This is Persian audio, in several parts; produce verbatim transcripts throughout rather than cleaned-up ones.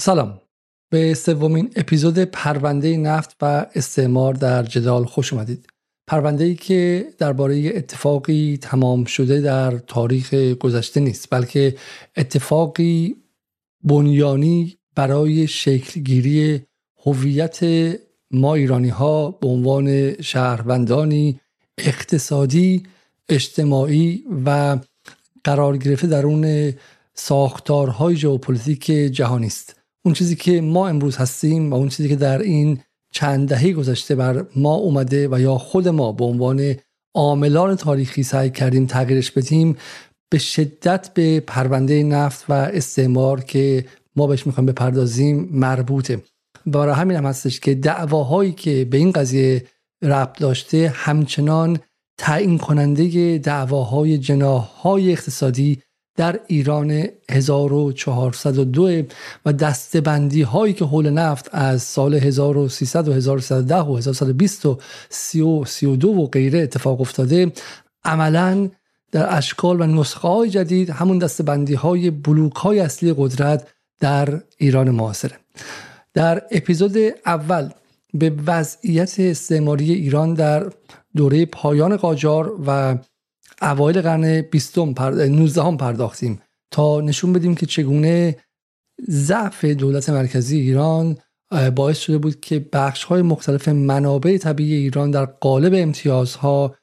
سلام، به سومین اپیزود پرونده نفت و استعمار در جدال خوش اومدید. پرونده‌ای که درباره اتفاقی تمام شده در تاریخ گذشته نیست، بلکه اتفاقی بنیانی برای شکلگیری هویت ما ایرانی‌ها به عنوان شهروندانی اقتصادی، اجتماعی و قرار گرفته درون ساختارهای ژئوپلیتیک جهانی است. اون چیزی که ما امروز هستیم و اون چیزی که در این چند دهه گذشته بر ما اومده و یا خود ما به عنوان عاملان تاریخی سعی کردیم تغییرش بدیم، به شدت به پرونده نفت و استعمار که ما بهش میخوایم بپردازیم مربوطه. برای همین هم هستش که دعواهایی که به این قضیه ربط داشته همچنان تعیین کننده دعواهای جناح‌های اقتصادی در ایران هزار و چهارصد و دو و دسته‌بندی هایی که حول نفت از سال هزار و سیصد و هزار و سیصد و ده و هزار و سیصد و بیست و سی و سی و دو و غیره اتفاق افتاده، عملاً در اشکال و نسخه های جدید همون دسته‌بندی های بلوک های اصلی قدرت در ایران معاصره. در اپیزود اول به وضعیت استعماری ایران در دوره پایان قاجار و اوایل قرن بیستم پرد... نوزدهم پرداختیم تا نشون بدیم که چگونه ضعف دولت مرکزی ایران باعث شده بود که بخش‌های مختلف منابع طبیعی ایران در قالب امتیازها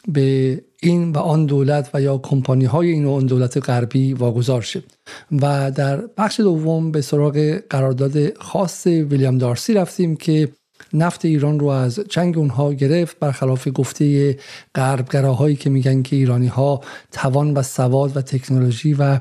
به این و آن دولت و یا کمپانی‌های این و آن دولت غربی واگذار شد. و در بخش دوم به سراغ قرارداد خاص ویلیام دارسی رفتیم که نفت ایران رو از چنگ اونها گرفت، برخلاف گفته غربگراهایی که میگن که ایرانی‌ها توان و سواد و تکنولوژی و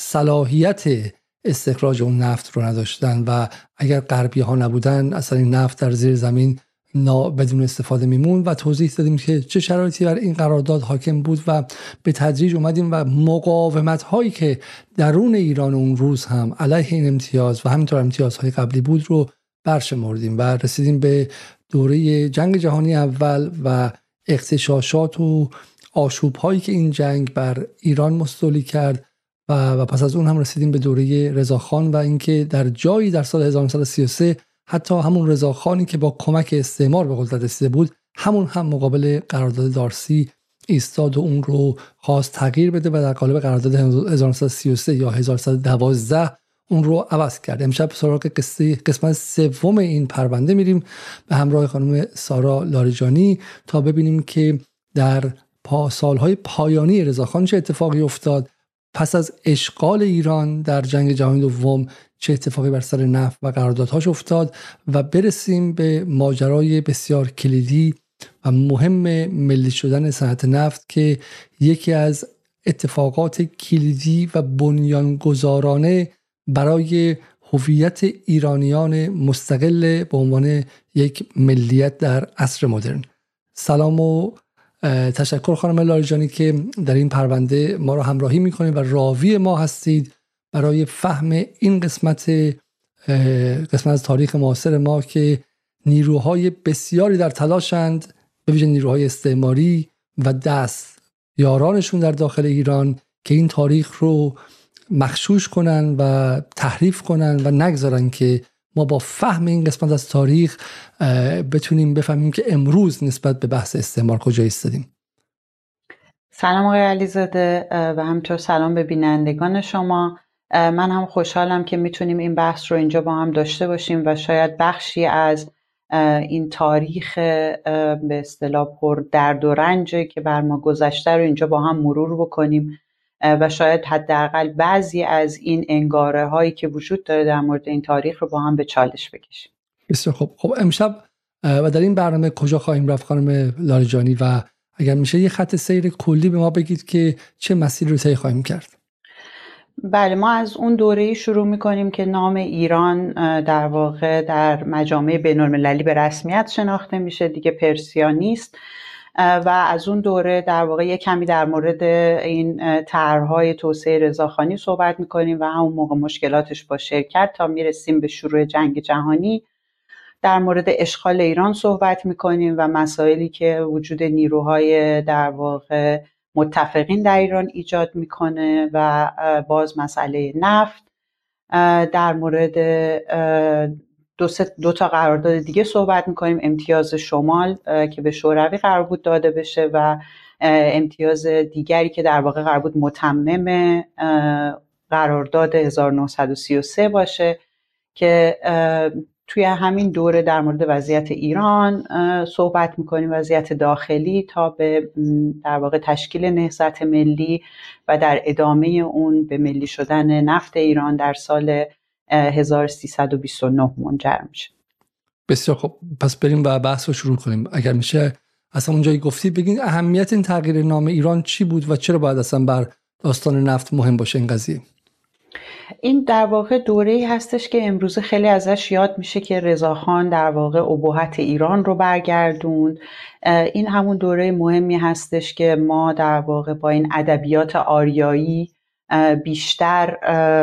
صلاحیت استخراج اون نفت رو نداشتن و اگر غربی‌ها نبودن اصلا این نفت در زیر زمین بدون استفاده میمون. و توضیح دادیم که چه شرایطی بر این قرارداد حاکم بود و به تدریج اومدیم و مقاومت هایی که درون ایران اون روز هم علیه این امتیاز و همینطور امتیازهای قبلی بود رو برشمردیم و رسیدیم به دوره جنگ جهانی اول و اغتشاشات و آشوب هایی که این جنگ بر ایران مستولی کرد و, و پس از اون هم رسیدیم به دوره رضاخان و اینکه در جایی در سال هزار و نهصد و سی و سه حتی همون رضاخانی که با کمک استعمار به قدرت رسیده بود همون هم مقابل قرارداد دارسی ایستاد و اون رو خواست تغییر بده و در قالب قرارداد هزار و نهصد و سی و سه یا هزار و سیصد و دوازده اون رو عوض کرد. امشب سراغ قسمت سوم این پرونده میریم به همراه خانم سارا لاریجانی تا ببینیم که در پا سالهای پایانی رضاخان چه اتفاقی افتاد، پس از اشغال ایران در جنگ جهانی دوم چه اتفاقی بر سر نفت و قراردادهاش افتاد و برسیم به ماجرای بسیار کلیدی و مهم ملی شدن صنعت نفت که یکی از اتفاقات کلیدی و بنیانگذارانه برای هویت ایرانیان مستقل به عنوان یک ملیت در عصر مدرن. سلام و تشکر خانم لاریجانی که در این پرونده ما رو همراهی میکنید و راوی ما هستید برای فهم این قسمت قسمت از تاریخ معاصر ما که نیروهای بسیاری در تلاشند، به ویژه نیروهای استعماری و دست یارانشون در داخل ایران که این تاریخ رو مغشوش کنن و تحریف کنن و نگذارن که ما با فهم این قسمت از تاریخ بتونیم بفهمیم که امروز نسبت به بحث استعمار کجا ایستادیم. سلام آقای علیزاده و همینطور سلام به بینندگان شما. من هم خوشحالم که میتونیم این بحث رو اینجا با هم داشته باشیم و شاید بخشی از این تاریخ به اصطلاح پر درد و رنجی که بر ما گذشته رو اینجا با هم مرور بکنیم و شاید حداقل بعضی از این انگاره هایی که وجود داره در مورد این تاریخ رو با هم به چالش بکشیم. بسیار خوب. خب امشب و در این برنامه کجا خواهیم رفت خانم لاریجانی و اگر میشه یه خط سیر کلی به ما بگید که چه مسیری رو طی خواهیم کرد؟ بله، ما از اون دوره‌ای شروع می‌کنیم که نام ایران در واقع در مجامع بین‌المللی به رسمیت شناخته میشه، دیگه پرسیا نیست و از اون دوره در واقع یک کمی در مورد این طرح‌های توسعه رضاخانی صحبت می‌کنیم و همون موقع مشکلاتش با شرکت تا میرسیم به شروع جنگ جهانی. در مورد اشغال ایران صحبت می‌کنیم و مسائلی که وجود نیروهای در واقع متفقین در ایران ایجاد میکنه و باز مسئله نفت در مورد دو, دو تا قرارداد دیگه صحبت میکنیم، امتیاز شمال که به شوروی قرار بود داده بشه و امتیاز دیگری که در واقع قرار بود متمم قرارداد هزار و نهصد و سی و سه باشه که توی همین دوره در مورد وضعیت ایران صحبت میکنیم، وضعیت داخلی تا به در واقع تشکیل نهضت ملی و در ادامه اون به ملی شدن نفت ایران در سال هزار و سیصد و بیست و نه منجر میشه. بسیار خب، پس بریم و بحث رو شروع کنیم. اگر میشه اصلا اونجایی گفتید بگین اهمیت این تغییر نام ایران چی بود و چرا باید اصلا بر داستان نفت مهم باشه این قضیه؟ این در واقع دوره‌ای هستش که امروز خیلی ازش یاد میشه که رضاخان در واقع ابهت ایران رو برگردوند. این همون دوره مهمی هستش که ما در واقع با این ادبیات آریایی بیشتر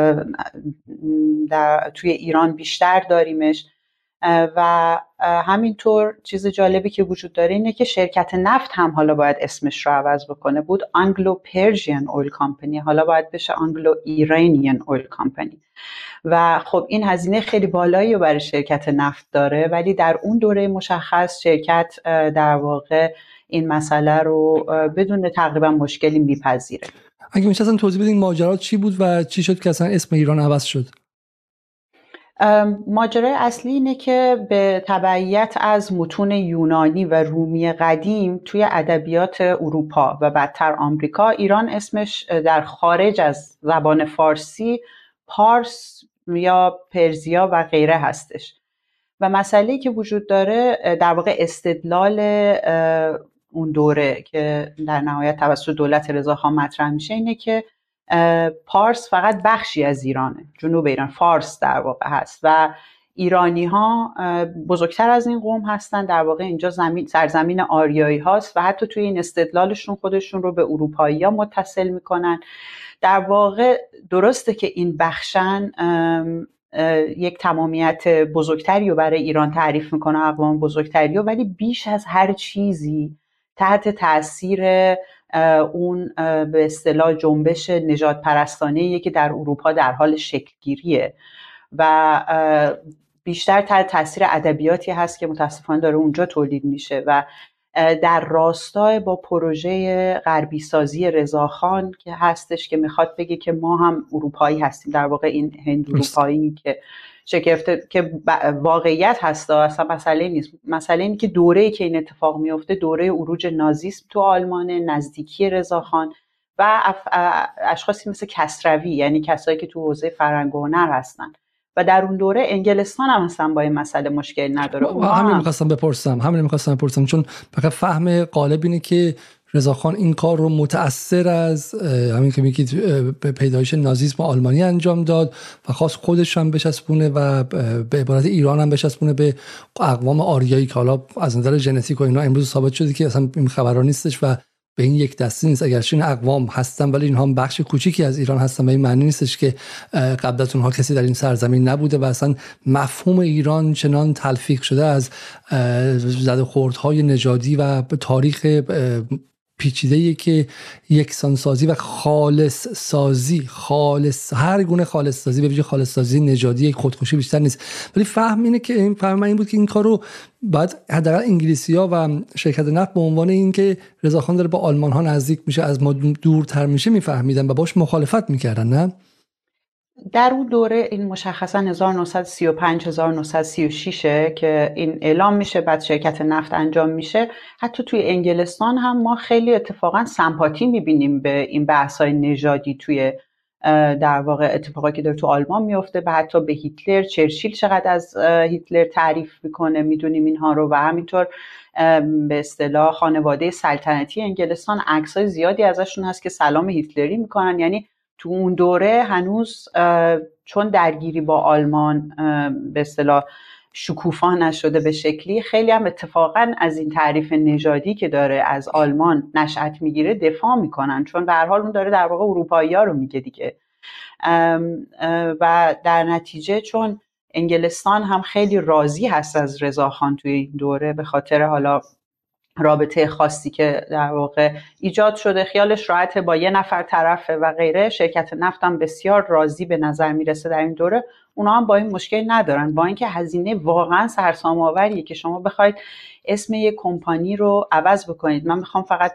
در توی ایران بیشتر داریمش و همینطور چیز جالبی که وجود داره اینه که شرکت نفت هم حالا باید اسمش رو عوض بکنه. بود آنگلو پرژین اویل کامپنی، حالا باید بشه آنگلو ایرانیان اویل کامپنی و خب این هزینه خیلی بالایی رو برای شرکت نفت داره، ولی در اون دوره مشخص شرکت در واقع این مسئله رو بدون تقریبا مشکلی میپذیره. اگه میشه اصلا توضیح بدین ماجرا چی بود و چی شد که اصلا اسم ایران عوض شد؟ ماجرای اصلی اینه که به تبعیت از متون یونانی و رومی قدیم توی ادبیات اروپا و بعدتر آمریکا، ایران اسمش در خارج از زبان فارسی پارس یا پرزیا و غیره هستش و مسئله‌ای که وجود داره در واقع استدلال اون دوره که در نهایت توسط دولت رضاخان مطرح میشه اینه که پارس فقط بخشی از ایرانه، جنوب ایران فارس در واقع هست و ایرانی ها بزرگتر از این قوم هستن، در واقع اینجا زمین سرزمین آریایی هاست و حتی توی این استدلالشون خودشون رو به اروپایی ها متصل میکنن. در واقع درسته که این بخشن یک تمامیت بزرگتری رو برای ایران تعریف میکنه، اقوام بزرگتری رو، ولی بیش از هر چیزی تحت تاثیر اون به اصطلاح جنبش نژاد پرستانه‌ای که در اروپا در حال شکل گیریه و بیشتر تحت تاثیر ادبیاتی هست که متاسفانه داره اونجا تولید میشه و در راستای با پروژه غربی سازی رضاخان که هستش که میخواد بگه که ما هم اروپایی هستیم، در واقع این هند اروپایی که شکفته که واقعیت هست، اصلا مسئله نیست. مسئله اینه که دوره‌ای که این اتفاق میفته دوره عروج نازیسم تو آلمان، نزدیکی رضاخان و اشخاصی مثل کسروی، یعنی کسایی که تو حوزه فرهنگ و هنر هستن و در اون دوره انگلستان هم اصلا با این مسئله مشکل نداره. همین می‌خواستم بپرسم همین می‌خواستم بپرسم چون فقط فهم غالب اینه که رضاخان این کار رو متأثر از همین که میگید پیدایش نازیسم آلمانی انجام داد و خواست خودش هم بچسبونه و به عبارت ایران هم بچسبونه به اقوام آریایی که حالا از نظر ژنتیک و اینا امروز ثابت شده که اصلا این خبرها نیستش و به این یک دسته نیست. اگرچه این اقوام هستن ولی اینها هم بخش کوچیکی از ایران هستن و این معنی نیستش که قبل از اونها کسی در این سرزمین نبوده و اصلا مفهوم ایران چنان تلفیق شده از زد و خوردهای نژادی و تاریخ پیچیده‌ای که یکسان سازی و خالص سازی خالص هر گونه خالص سازی به ویژه خالص سازی نژادی خودکشی بیشتر نیست. ولی فهم اینه که این فهم این بود که این کارو بعد حداقل انگلیسی‌ها و شرکت نفت به عنوان اینکه رضاخان داره با آلمان‌ها نزدیک میشه از ما دورتر میشه میفهمیدن و باش مخالفت میکردن. نه در اون دوره این مشخصا هزار و نهصد و سی و پنج هزار و نهصد و سی و شش که این اعلام میشه، بعد شرکت نفت انجام میشه. حتی توی انگلستان هم ما خیلی اتفاقا سمپاتی میبینیم به این بحث‌های نژادی توی در واقع اتفاقی که داره تو آلمان میفته و حتی به هیتلر. چرچیل چقدر از هیتلر تعریف میکنه میدونیم اینها رو و همینطور به اصطلاح خانواده سلطنتی انگلستان عکسای زیادی ازشون هست که سلام هیتلری میکنن. یعنی تو اون دوره هنوز چون درگیری با آلمان به اصطلاح شکوفا نشده به شکلی، خیلی هم اتفاقا از این تعریف نژادی که داره از آلمان نشأت میگیره دفاع میکنن، چون به هر حال اون داره در واقع اروپایی‌ها رو میگه دیگه. و در نتیجه چون انگلستان هم خیلی راضی هست از رضاخان توی این دوره به خاطر حالا رابطه خاصی که در واقع ایجاد شده خیالش راحته با یه نفر طرفه و غیره. شرکت نفت هم بسیار راضی به نظر میرسه در این دوره. اونا هم با این مشکل ندارن، با اینکه هزینه واقعا سرسام‌آوریه که شما بخواید اسم یک کمپانی رو عوض بکنید. من میخوام فقط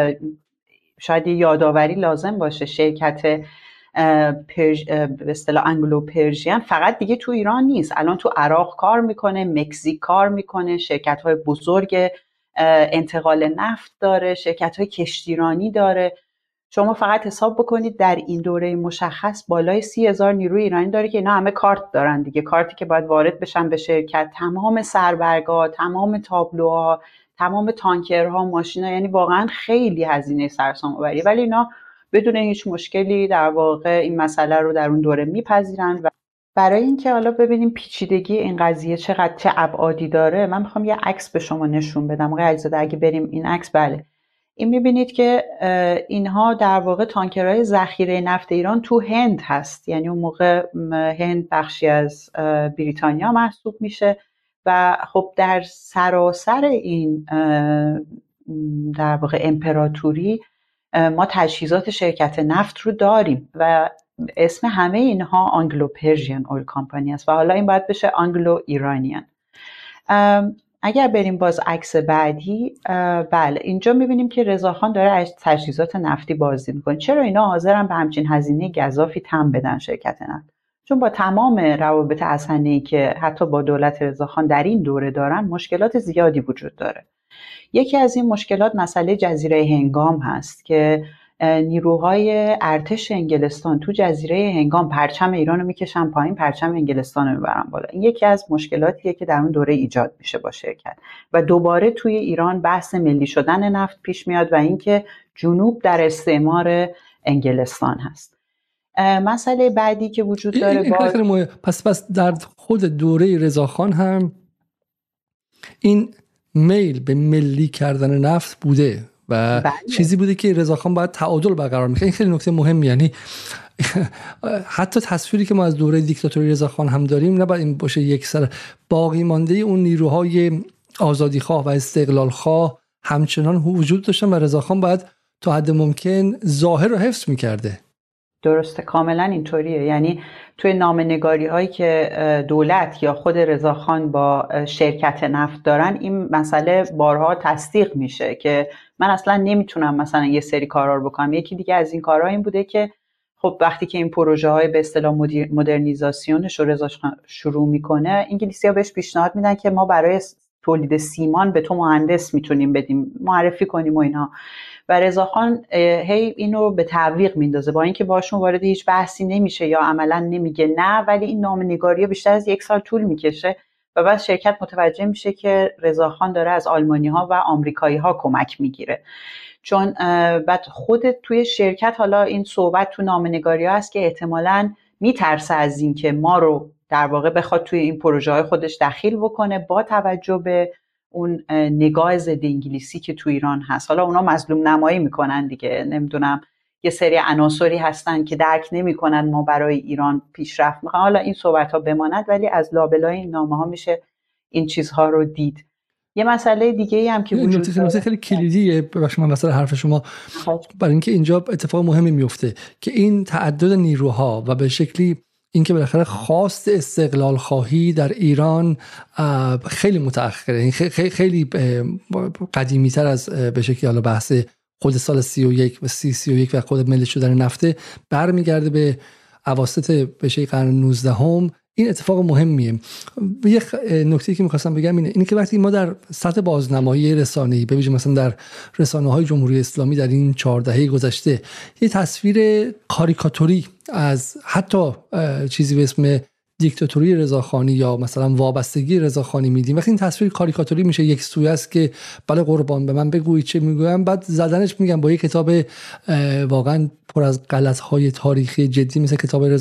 شاید یه یادآوری لازم باشه، شرکت پرژ... به اصطلاح انگلو پرژین فقط دیگه تو ایران نیست، الان تو عراق کار میکنه، مکزیک کار میکنه، شرکت های بزرگ انتقال نفت داره، شرکت های کشتیرانی داره. شما فقط حساب بکنید در این دوره مشخص بالای سی هزار نیروی ایرانی داره که اینا همه کارت دارن دیگه، کارتی که باید وارد بشن به شرکت، تمام سربرگا، تمام تابلوها، تمام تانکرها، ماشینا، یعنی واقعا خیلی هزینه سرسام‌آوریه. ولی اینا بدون هیچ مشکلی در واقع این مسئله رو در اون دوره میپذیرن. و برای اینکه حالا ببینیم پیچیدگی این قضیه چقدر چه ابعادی داره، من میخوام یه عکس به شما نشون بدم. آقای علیزاده اگه بریم این عکس، بله این میبینید که اینها در واقع تانکرهای ذخیره نفت ایران تو هند هست، یعنی اون موقع هند بخشی از بریتانیا محسوب میشه و خب در سراسر این در واقع امپراتوری ما تجهیزات شرکت نفت رو داریم و اسم همه اینها آنگلو پرژین اویل کامپانی است و حالا این باید بشه آنگلو ایرانیان. اگر بریم باز عکس بعدی، بله اینجا میبینیم که رضاخان داره از تجهیزات نفتی بازدید میکنه. چرا اینا حاضرن به همچین هزینه گزافی تم بدن شرکت نفت؟ چون با تمام روابط اسحنه‌ای که حتی با دولت رضاخان در این دوره دارن مشکلات زیادی وجود داره. یکی از این مشکلات مسئله جزیره هنگام هست که نیروهای ارتش انگلستان تو جزیره هنگام پرچم ایران رو میکشن پایین، پرچم انگلستان رو میبرن بالا. این یکی از مشکلاتیه که در اون دوره ایجاد میشه با شرکت و دوباره توی ایران بحث ملی شدن نفت پیش میاد و اینکه جنوب در استعمار انگلستان هست. مسئله بعدی که وجود داره این باز... این پس پس در خود دوره رضاخان هم این میل به ملی کردن نفت بوده و بله. چیزی بوده که رضاخان باید تعادل برقرار می‌کنه. این خیلی نکته مهمی، یعنی حتی تصویری که ما از دوره دیکتاتوری رضاخان هم داریم نباید این باشه یک سر. باقی مانده اون نیروهای آزادیخواه و استقلالخواه همچنان وجود داشتن و رضاخان باید تا حد ممکن ظاهر رو حفظ می‌کرده. درسته، کاملا اینطوریه. یعنی توی نامه‌نگاری هایی که دولت یا خود رضاخان با شرکت نفت دارن این مسئله بارها تصدیق میشه که من اصلا نمیتونم مثلا یه سری کارا رو بکنم. یکی دیگه از این کارها این بوده که خب وقتی که این پروژه های به اصطلاح مدرنیزاسیونش رو رضاخان شروع میکنه، انگلیسی‌ها بهش پیشنهاد میدن که ما برای تولید سیمان به تو مهندس میتونیم بدیم، معرفی کنیم و اینها. و رضاخان هی اینو به تعویق میندازه، با اینکه باشون وارد هیچ بحثی نمیشه یا عملا نمیگه نه، ولی این نامه‌نگاری‌ها بیشتر از یک سال طول میکشه و بعد شرکت متوجه میشه که رضاخان داره از آلمانی‌ها و آمریکایی‌ها کمک میگیره. چون بعد خودت توی شرکت حالا این صحبت تو نامه‌نگاری‌ها هست که احتمالاً میترسه از این که ما رو در واقع بخواد توی این پروژه‌های خودش دخیل بکنه با توجه به اون نگاه ضد انگلیسی که تو ایران هست. حالا اونا مظلوم نمایی میکنن دیگه، نمیدونم یه سری عناصری هستن که درک نمیکنن ما برای ایران پیشرفت میخوام. حالا این صحبت ها بماند، ولی از لابلای این نامه ها میشه این چیزها رو دید. یه مسئله دیگه ای هم که وجود داره، خیلی کلیدیه، ببخشید من وسط حرف شما، برای اینکه اینجا اتفاق مهمی میفته که این تعدد نیروها و به شکلی اینکه بالاخره خواست استقلال خواهی در ایران خیلی متأخره، خیلی خیلی قدیمی تر از به شکلی حالا بحث خود سال سی و یک و سی سی و یک و خود ملی شدن نفته برمیگرده به اواسط به شکلی قرن نوزدهم. این اتفاق مهمیه. یه نکته که می‌خواستم بگم اینه اینه که وقتی ما در سطح بازنمایی رسانه‌ای ببینیم مثلا در رسانه‌های جمهوری اسلامی در این چهار دهه گذشته یه تصویر کاریکاتوری از حتی چیزی به اسم دیکتاتوری رضاخانی یا مثلا وابستگی رضاخانی میدیم، وقتی این تصویر کاریکاتوری میشه یک سویه است که بله قربان به من بگوی چه میگویم، بعد زدنش میگم با یک کتاب واقعا پر از غلط‌های تاریخی جدی مثل کتاب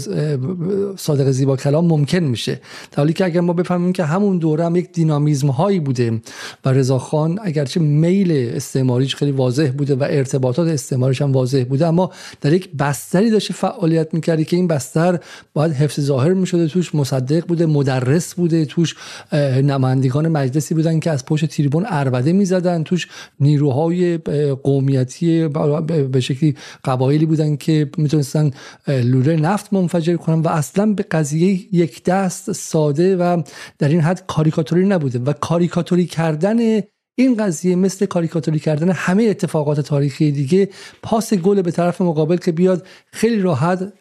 صادق زیبا کلام ممکن میشه، در حالی که اگر ما بفهمیم که همون دوره هم یک دینامیزم هایی بوده و رضاخان اگرچه میل استعماریش خیلی واضح بوده و ارتباطات استعماریش هم واضح بوده، اما در یک بستری داشته فعالیت میکردی که این بستر باید حفظ ظاهر میشده، تو توش مصدق بوده، مدرس بوده، توش نمایندگان مجلسی بودن که از پشت تریبون عربده میزدن، توش نیروهای قومیتی به شکلی قبایلی بودن که میتونستن لوله نفت منفجر کنن و اصلا به قضیه یک دست ساده و در این حد کاریکاتوری نبوده. و کاریکاتوری کردن این قضیه مثل کاریکاتوری کردن همه اتفاقات تاریخی دیگه پاس گل به طرف مقابل که بیاد خیلی راحت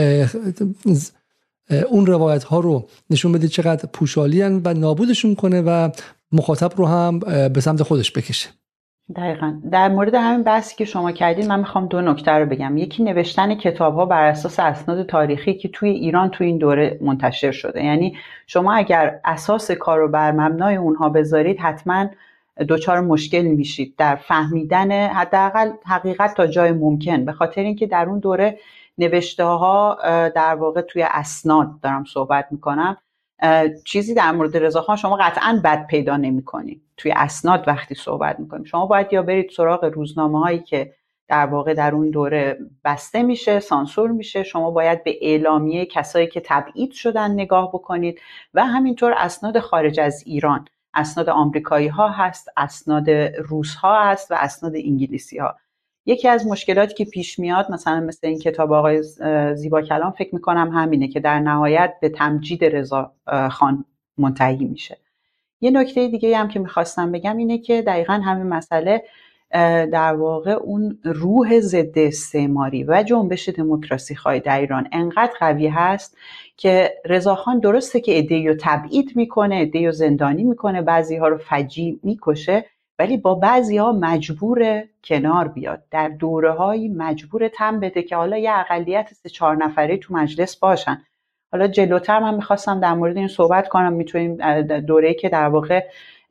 اون روایت ها رو نشون بده چقدر پوشالی‌اند و نابودشون کنه و مخاطب رو هم به سمت خودش بکشه. دقیقاً. در مورد همین بحثی که شما کردین من میخوام دو نکته رو بگم. یکی نوشتن کتاب‌ها بر اساس اسناد تاریخی که توی ایران توی این دوره منتشر شده. یعنی شما اگر اساس کار رو بر مبنای اونها بذارید حتماً دوچار مشکل میشید در فهمیدن حداقل حقیقت تا جای ممکن، به خاطر اینکه در اون دوره نوشته ها در واقع توی اسناد دارم صحبت میکنم، چیزی در مورد رضاخان شما قطعاً بد پیدا نمی‌کنید. توی اسناد وقتی صحبت میکنیم شما باید یا برید سراغ روزنامه هایی که در واقع در اون دوره بسته میشه، سانسور میشه، شما باید به اعلامیه کسایی که تبعید شدن نگاه بکنید و همینطور اسناد خارج از ایران، اسناد آمریکایی ها هست، اسناد روس ها هست و اسناد انگلیسی ها. یکی از مشکلاتی که پیش میاد مثلا مثل این کتاب آقای زیبا کلام فکر میکنم همینه که در نهایت به تمجید رضا خان منتهی میشه. یه نکته دیگه هم که میخواستم بگم اینه که دقیقاً همین مسئله در واقع اون روح ضد استعماری و جنبش دموکراسی خواهی در ایران انقدر قوی هست که رضاخان درسته که عده‌ای رو تبعید میکنه، عده‌ای رو زندانی میکنه، بعضی‌ها رو فجیع میکشه، ولی با بعضی‌ها مجبور کنار بیاد. در دوره‌هایی مجبور تن بده که حالا یه اقلیت سه چهار نفره تو مجلس باشن. حالا جلوتر من میخواستم در مورد این صحبت کنم، میتونیم دوره‌ای که در واقع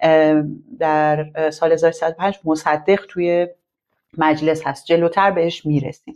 در سال هزار و سیصد و پنج مصدق توی مجلس هست جلوتر بهش میرسیم.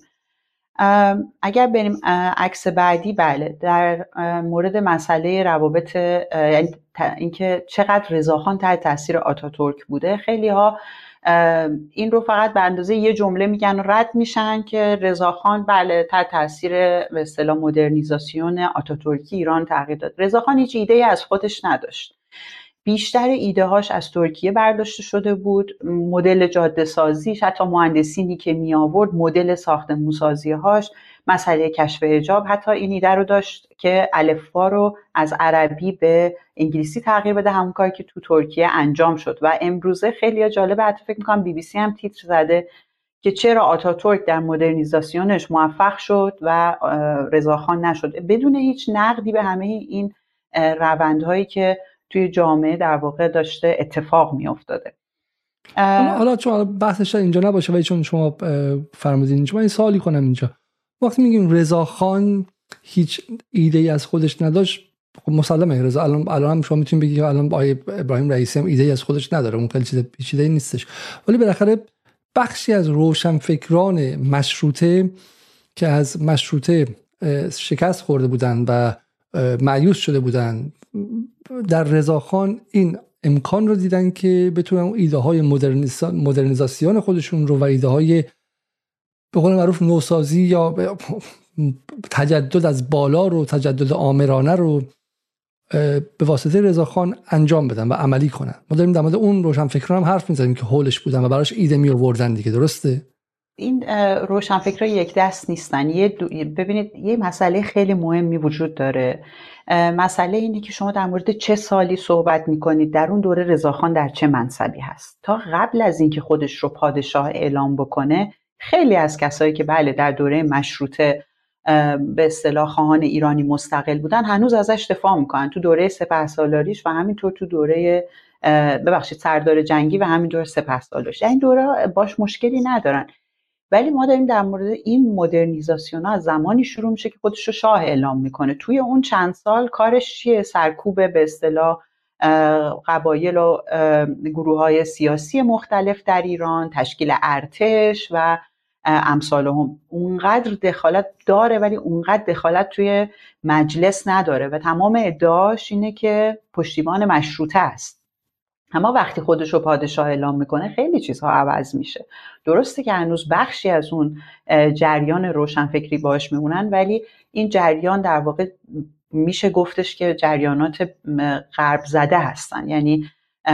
اگر بریم عکس بعدی، بله در مورد مسئله روابط یعنی اینکه چقدر رضاخان تحت تاثیر آتاتورک بوده، خیلی ها این رو فقط به اندازه یه جمله میگن و رد میشن که رضاخان بله تحت تاثیر به اصطلاح مدرنیزاسیون آتاتورکی ایران تغییر داد. رضاخان هیچ ایده‌ای از خودش نداشت، بیشتر ایده هاش از ترکیه برداشته شده بود. مدل جاده سازیش، حتی مهندسینی که می آورد، مدل ساختمون سازی هاش، مسئله کشف حجاب، حتی این ایده رو داشت که الفبا رو از عربی به انگلیسی تغییر بده، همون کاری که تو ترکیه انجام شد. و امروزه خیلی جالبه، حتی فکر میکنم بی بی سی هم تیتر زده که چرا آتاتورک در مدرنیزاسیونش موفق شد و رضاخان نشد، بدون هیچ نقدی به همه این روندهایی که توی جامعه در واقع داشته اتفاق می افتاده. حالا چون بحثش اینجا نباشه ولی چون شما فرمودین اینجا من این سوالی کنم، اینجا وقتی میگیم رضاخان هیچ ایده ای از خودش نداشت، خب مسلمه رضا الان الان هم شما میتونید بگید الان آقای ابراهیم رئیسی هم ایده ای از خودش نداره، اون خیلی چیز پیچیده‌ای نیستش، ولی بالاخره بخشی از روشنفکران مشروطه که از مشروطه شکست خورده بودن و مایوس شده بودن در رضاخان این امکان رو دیدن که بتونن ایده های مدرنیزاسیون خودشون رو و ایده های به قول معروف نوسازی یا تجدد از بالا رو، تجدد آمرانه رو به واسطه رضاخان انجام بدن و عملی کنن. ما داریم در مورد اون روشنفکران هم حرف میزنیم که هولش بودن و براش ایده می آوردن دیگه، درسته؟ این روشنفکرها یک دست نیستن. یه دو... ببینید یه مسئله خیلی مهمی وجود داره. مسئله اینه که شما در مورد چه سالی صحبت میکنید، در اون دوره رضاخان در چه منصبی هست. تا قبل از اینکه خودش رو پادشاه اعلام بکنه، خیلی از کسایی که بله در دوره مشروطه به اصطلاح خواهان ایرانی مستقل بودن هنوز ازش دفاع میکنن. تو دوره سپهسالاریش و همینطور تو دوره ببخشید سردار جنگی و همینطور سپهسالاریش، این دوره باش مشکلی ندارن. ولی ما داریم در مورد این مدرنیزاسیون ها از زمانی شروع میشه که خودش رو شاه اعلام میکنه. توی اون چند سال کارش چیه؟ سرکوب به اصطلاح قبایل و گروه های سیاسی مختلف در ایران، تشکیل ارتش و امثالهم. اونقدر دخالت داره ولی اونقدر دخالت توی مجلس نداره و تمام ادعاش اینه که پشتیبان مشروطه است. اما وقتی خودش رو پادشاه اعلام میکنه خیلی چیزها عوض میشه. درسته که هنوز بخشی از اون جریان روشنفکری باش میمونن، ولی این جریان در واقع میشه گفتش که جریانات غرب زده هستن. یعنی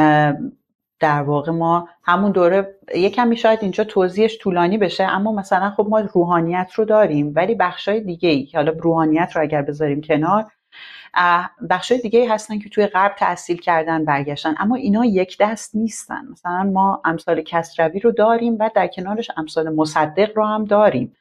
در واقع ما همون دوره یکمی شاید اینجا توضیحش طولانی بشه، اما مثلا خب ما روحانیت رو داریم ولی بخشای دیگه ای که حالا روحانیت رو اگر بذاریم کنار، بخشای دیگه ای هستن که توی غرب تحصیل کردن برگشتن، اما اینا یک دست نیستن. مثلا ما امثال کسروی رو داریم و در کنارش امثال مصدق رو هم داریم،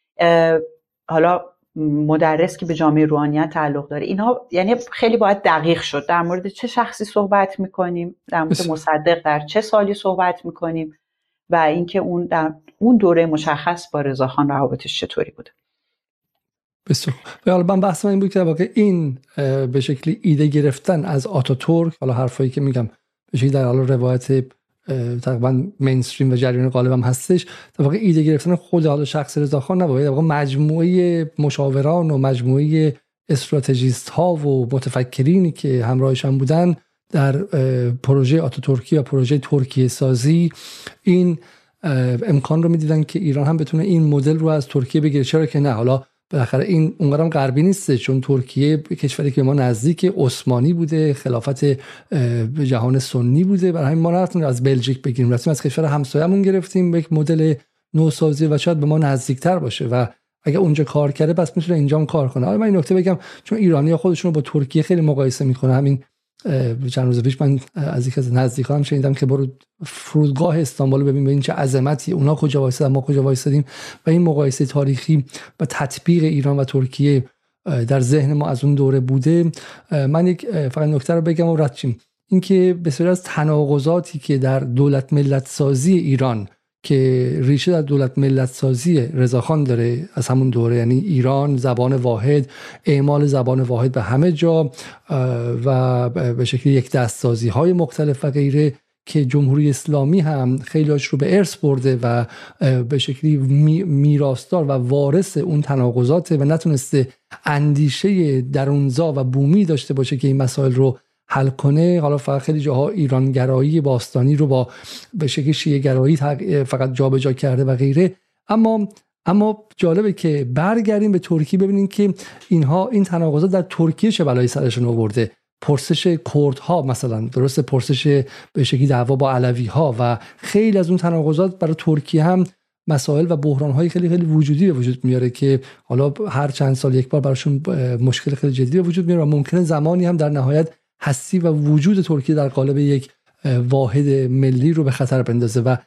حالا مدرس که به جامعه روحانیت تعلق داره. اینها یعنی خیلی باید دقیق شد در مورد چه شخصی صحبت میکنیم، در مورد مصدق در چه سالی صحبت میکنیم و اینکه اون در اون دوره مشخص با رضاخان روابطش چطوری بوده. بسیار. و حالا من بحثم این بود که واقعا این به شکلی ایده گرفتن از آتاتورک، حالا حرفایی که میگم به شکلی در حالا روایت تقریبا مینستریم و جریان غالب هم هستش، در واقع ایده گرفتن خود حالا شخص رضاخان نباید، در واقع مجموعه مشاوران و مجموعه استراتژیست ها و متفکرینی که همراهش هم بودن در پروژه آتاتورکی و پروژه ترکیه سازی این امکان رو میدیدن که ایران هم بتونه این مدل رو از ترکیه بگیره. چرا که نه، حالا بالاخره این اونقدرم غربی نیسته، چون ترکیه کشوری که ما نزدیک عثمانی بوده، خلافت جهان سنی بوده، برای همین ما رفتیم از بلژیک بگیریم، رفتیم از کشور همسایه‌مون گرفتیم یک مدل نوسازی و شاید به ما نزدیکتر باشه و اگه اونجا کار کرده پس میتونه اینجا هم کار کنه. حالا من این نکته بگم چون ایرانی‌ها خودشون رو با ترکیه خیلی مقایسه میکنن. همین چند روز پیش من از یک از نزدیکانم شنیدم که برو فرودگاه استانبول ببین ببین چه عظمتی، اونا کجا وایسادن ما کجا وایسادیم، و این مقایسه تاریخی و تطبیق ایران و ترکیه در ذهن ما از اون دوره بوده. من یک فقط نکته رو بگم و رد شیم، این که بسیاری از تناقضاتی که در دولت ملت سازی ایران که ریشه در دولت ملت سازی رضاخان داره از همون دوره، یعنی ایران، زبان واحد، اعمال زبان واحد به همه جا و به شکلی یک دست سازی های مختلف و غیره که جمهوری اسلامی هم خیلیاش رو به ارث برده و به شکلی میراثدار و وارث اون تناقضات و نتونسته اندیشه درونزا و بومی داشته باشه که این مسائل رو حل کنه. حالا فقط خیلی جاها ایرانگرایی باستانی رو با به شکلی شیعه گرایی فقط جابجا کرده و غیره. اما اما جالبه که برگردیم به ترکیه ببینیم که اینها این تناقضات در ترکیه چه بلایی سرشون آورده. پرسش کردها مثلا، درسته، پرسش به شکلی دعوا با علوی ها و خیلی از اون تناقضات برای ترکیه هم مسائل و بحران های خیلی خیلی وجودی به وجود میاره که حالا هر چند سال یک بار براشون مشکل خیلی جدی به وجود میاره و ممکنه زمانی هم در نهایت هستی و وجود ترکیه در قالب یک واحد ملی رو به خطر بندازه. و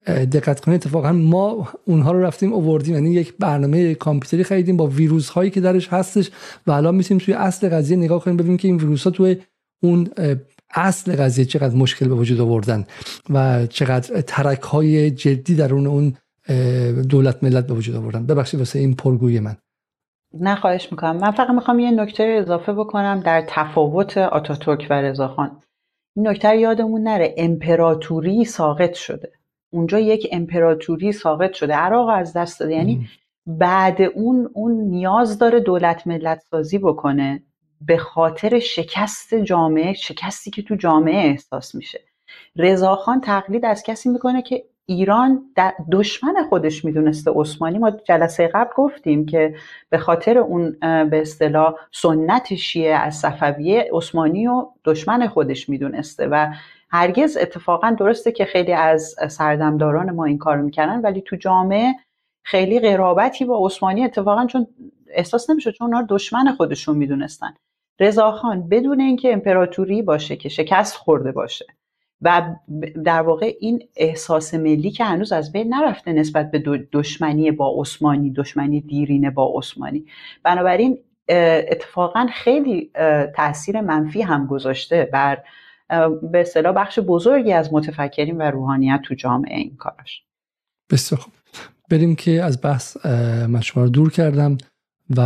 دقت کنید اتفاقا ما اونها رو رفتیم آوردیم، یعنی یک برنامه کامپیوتری خریدیم با ویروس هایی که درش هستش و الان میتونیم توی اصل قضیه نگاه کنیم ببینیم که این ویروس ها توی اون اصل قضیه چقدر مشکل به وجود آوردن و چقدر ترک های جدی در اون دولت ملت به وجود آوردن. ببخشید واسه این پرگویی من. نه خواهش میکنم. من فقط میخوام یه نکته اضافه بکنم در تفاوت آتاتورک و رضاخان. این نکته یادمون نره، امپراتوری ساقط شده اونجا، یک امپراتوری ساقط شده، عراق از دست داده. یعنی بعد اون اون نیاز داره دولت ملت سازی بکنه به خاطر شکست جامعه، شکستی که تو جامعه احساس میشه. رضاخان تقلید از کسی میکنه که ایران دشمن خودش میدونسته عثمانی. ما جلسه قبل گفتیم که به خاطر اون به اصطلاح سنت شیعه از صفویه عثمانی و دشمن خودش میدونسته و هرگز اتفاقا درسته که خیلی از سردمداران ما این کارو میکنن ولی تو جامعه خیلی قرابتی با عثمانی اتفاقا چون احساس نمیشه، چون اونا دشمن خودشون میدونستن. رضاخان بدون اینکه امپراتوری باشه که شکست خورده باشه و در واقع این احساس ملی که هنوز از بین نرفته نسبت به دشمنی با عثمانی، دشمنی دیرینه با عثمانی، بنابراین اتفاقا خیلی تأثیر منفی هم گذاشته بر به اصطلاح بخش بزرگی از متفکرین و روحانیت تو جامعه این کارش. بسیار خوب، بریم که از بحث من شما رو دور کردم و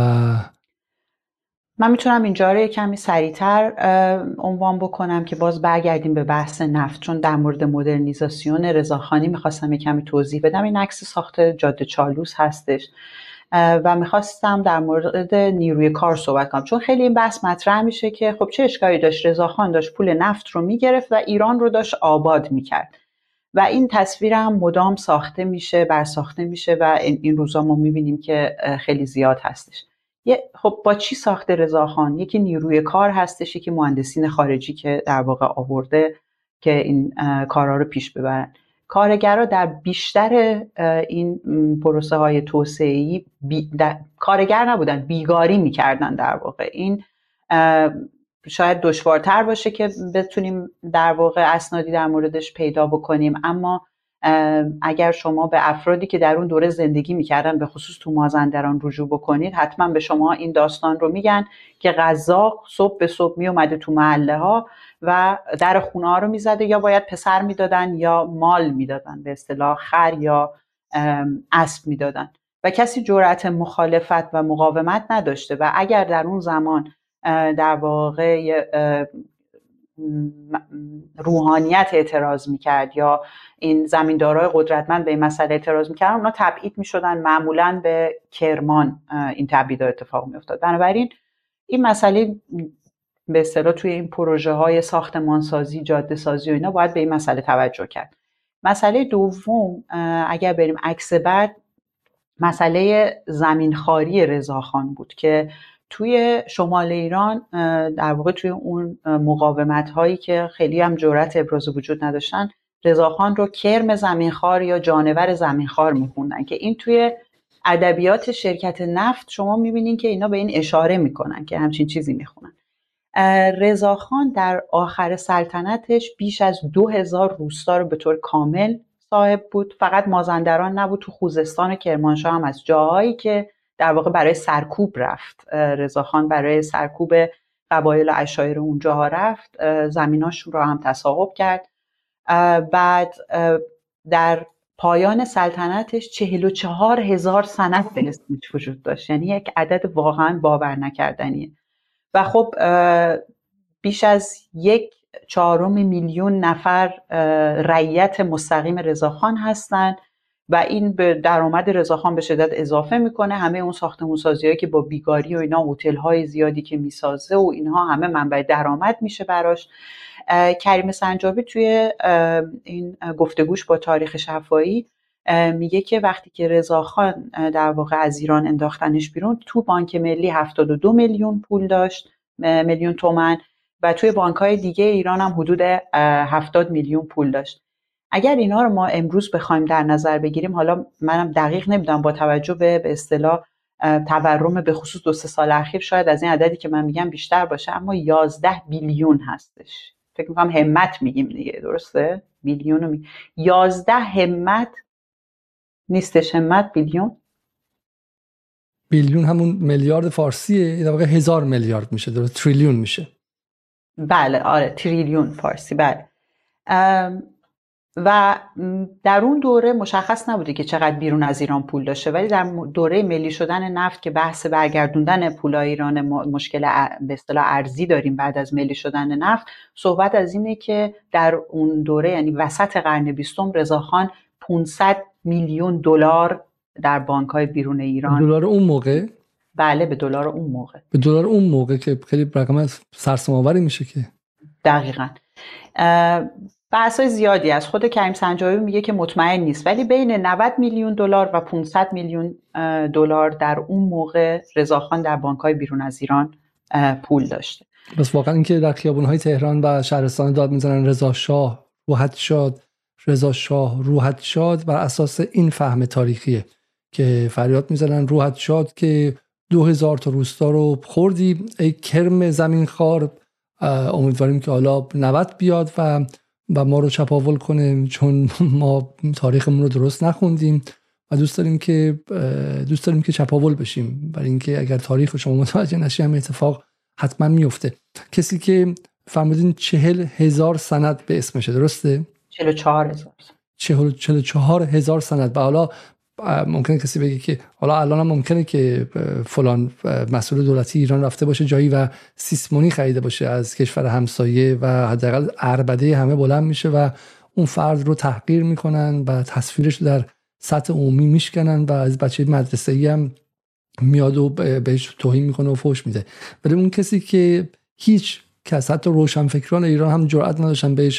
من میتونم اینجا رو کمی سریعتر عنوان بکنم که باز برگردیم به بحث نفت، چون در مورد مدرنیزاسیون رضاخانی میخواستم کمی توضیح بدم. این عکس ساخت جاده چالوس هستش و میخواستم در مورد نیروی کار صحبت کنم، چون خیلی این بحث مطرح میشه که خب چه اشکالی داشت، رضاخان داشت پول نفت رو میگرفت و ایران رو داشت آباد میکرد و این تصویر هم مدام ساخته میشه، برساخته میشه و این روزا ما میبینیم که خیلی زیاد هستش. یه خب با چی ساخته رضاخان؟ یکی نیروی کار هستش، یکی مهندسین خارجی که در واقع آورده که این کارها رو پیش ببرن. کارگرها در بیشتر این پروسه های توسعه‌ای بی کارگر نبودن، بیگاری میکردن. در واقع این شاید دشوارتر باشه که بتونیم در واقع اسنادی در موردش پیدا بکنیم، اما اگر شما به افرادی که در اون دوره زندگی میکردن به خصوص تو مازندران رجوع بکنید، حتما به شما این داستان رو میگن که قزاق صبح به صبح میومده تو محله ها و در خونه ها رو میزده، یا باید پسر میدادن یا مال میدادن، به اصطلاح خر یا اسب میدادن و کسی جرأت مخالفت و مقاومت نداشته. و اگر در اون زمان در واقع روحانیت اعتراض میکرد یا این زمیندارای قدرتمند به این مسئله اعتراض میکردن، اونا تبعید میشدن، معمولاً به کرمان این تبعیدها اتفاق میافتاد. بنابراین این مسئله به اصطلاح توی این پروژه های ساختمانسازی، جاده سازی و اینا باید به این مسئله توجه کرد. مسئله دوم، اگر بریم عکس بعد، مسئله زمینخواری رضاخان بود که توی شمال ایران در واقع توی اون مقاومت هایی که خیلی هم جرأت ابراز وجود نداشتن، رضاخان رو کرم زمینخوار یا جانور زمینخوار میخوندن که این توی ادبیات شرکت نفت شما میبینین که اینا به این اشاره میکنن که همچین چیزی میخونن. رضاخان در آخر سلطنتش بیش از دو هزار روستا رو به طور کامل صاحب بود. فقط مازندران نبود، تو خوزستان و کرمانشاه هم از جاهایی که در واقع برای سرکوب رفت، رضاخان برای سرکوب قبایل و عشایر اونجاها رفت، زمیناشون رو هم تصاحب کرد. بعد در پایان سلطنتش چهل و چهار هزار سند به اسمش وجود داشت، یعنی یک عدد واقعا باور نکردنیه. و خب بیش از یک چهارم میلیون نفر رعیت مستقیم رضاخان هستند و این به درآمد رضاخان به شدت اضافه میکنه. همه اون ساختمان‌سازی‌هایی که با بیگاری و اینا، هتل‌های زیادی که میسازه و اینها همه منبع درآمد میشه براش. کریم سنجابی توی این گفتگوش با تاریخ شفاهی میگه که وقتی که رضاخان در واقع از ایران انداختنش بیرون، تو بانک ملی هفتاد و دو میلیون پول داشت، میلیون تومان، و توی بانک‌های دیگه ایران هم حدود هفتاد میلیون پول داشت. اگر اینا رو ما امروز بخوایم در نظر بگیریم، حالا منم دقیق نمیدونم، با توجه به به اصطلاح تورم به خصوص دو سه سال اخیر شاید از این عددی که من میگم بیشتر باشه، اما یازده بیلیون هستش. فکر می‌کنم همت میگیم دیگه، درسته؟ بیلیون می... یازده همت نیستش، همت بیلیون. بیلیون همون میلیارد فارسیه، در واقع هزار میلیارد میشه، درست؟ تریلیون میشه. بله آره، تریلیون فارسی. بله. و در اون دوره مشخص نبوده که چقدر بیرون از ایران پول داشته، ولی در دوره ملی شدن نفت که بحث برگردوندن پولای ایران مشکل به اصطلاح ارزی داریم بعد از ملی شدن نفت، صحبت از اینه که در اون دوره، یعنی وسط قرن بیستم، رضاخان پانصد میلیون دلار در بانک‌های بیرون ایران. دلار اون موقع؟ بله به دلار اون موقع. به دلار اون موقع که خیلی رقم سرسام‌آوری میشه که. دقیقاً. بحث‌های زیادی از خود کریم سنجابی میگه که مطمئن نیست، ولی بین نود میلیون دلار و پانصد میلیون دلار در اون موقع رضاخان در بانک‌های بیرون از ایران پول داشته. بس واقعا اینکه در خیابون‌های تهران و شهرستان داد میزنن رضا شاه روحت شاد، رضا شاه روحت شاد، بر اساس این فهم تاریخیه که فریاد میزنن روحت شاد که دو هزار تا روستا رو خوردی ای کرم زمین خار. امیدواریم که حالا نوبت بیاد و و ما رو چپاول کنه، چون ما تاریخمون رو درست نخوندیم و دوست داریم که دوست داریم که چپاول بشیم، برای اینکه اگر تاریخ شما متوجه نشی هم اتفاق حتما میفته. کسی که فرمودین چهل هزار سند به اسمشه، درسته؟ چهل و چهار هزار چهل و چهار هزار سند. و حالا ممکنه کسی بگه که حالا الان هم ممکنه که فلان مسئول دولتی ایران رفته باشه جایی و سیسمونی خریده باشه از کشور همسایه و حداقل عربده همه بلند میشه و اون فرد رو تحقیر میکنن و تصویرش رو در سطح عمومی میشکنن و از بچه مدرسه‌ای هم میاد و بهش توهین میکنه و فحش میده. ولی اون کسی که هیچ کس، حتی روشنفکران ایران هم جرئت نداشتن بهش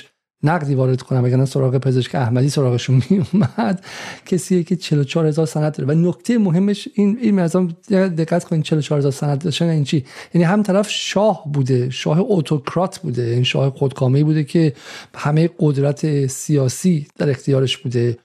نقدی وارد کنم، اگر نه سراغ پزشک احمدی سراغشون می اومد. کسیه که چهل و چهار هزار سند داره. و نکته مهمش این این مثلا دقت کنین، چهل و چهار هزار سند داشتن این چی؟ یعنی هم طرف شاه بوده، شاه اتوکرات بوده، این شاه خودکامه‌ای بوده که همه قدرت سیاسی در اختیارش بوده،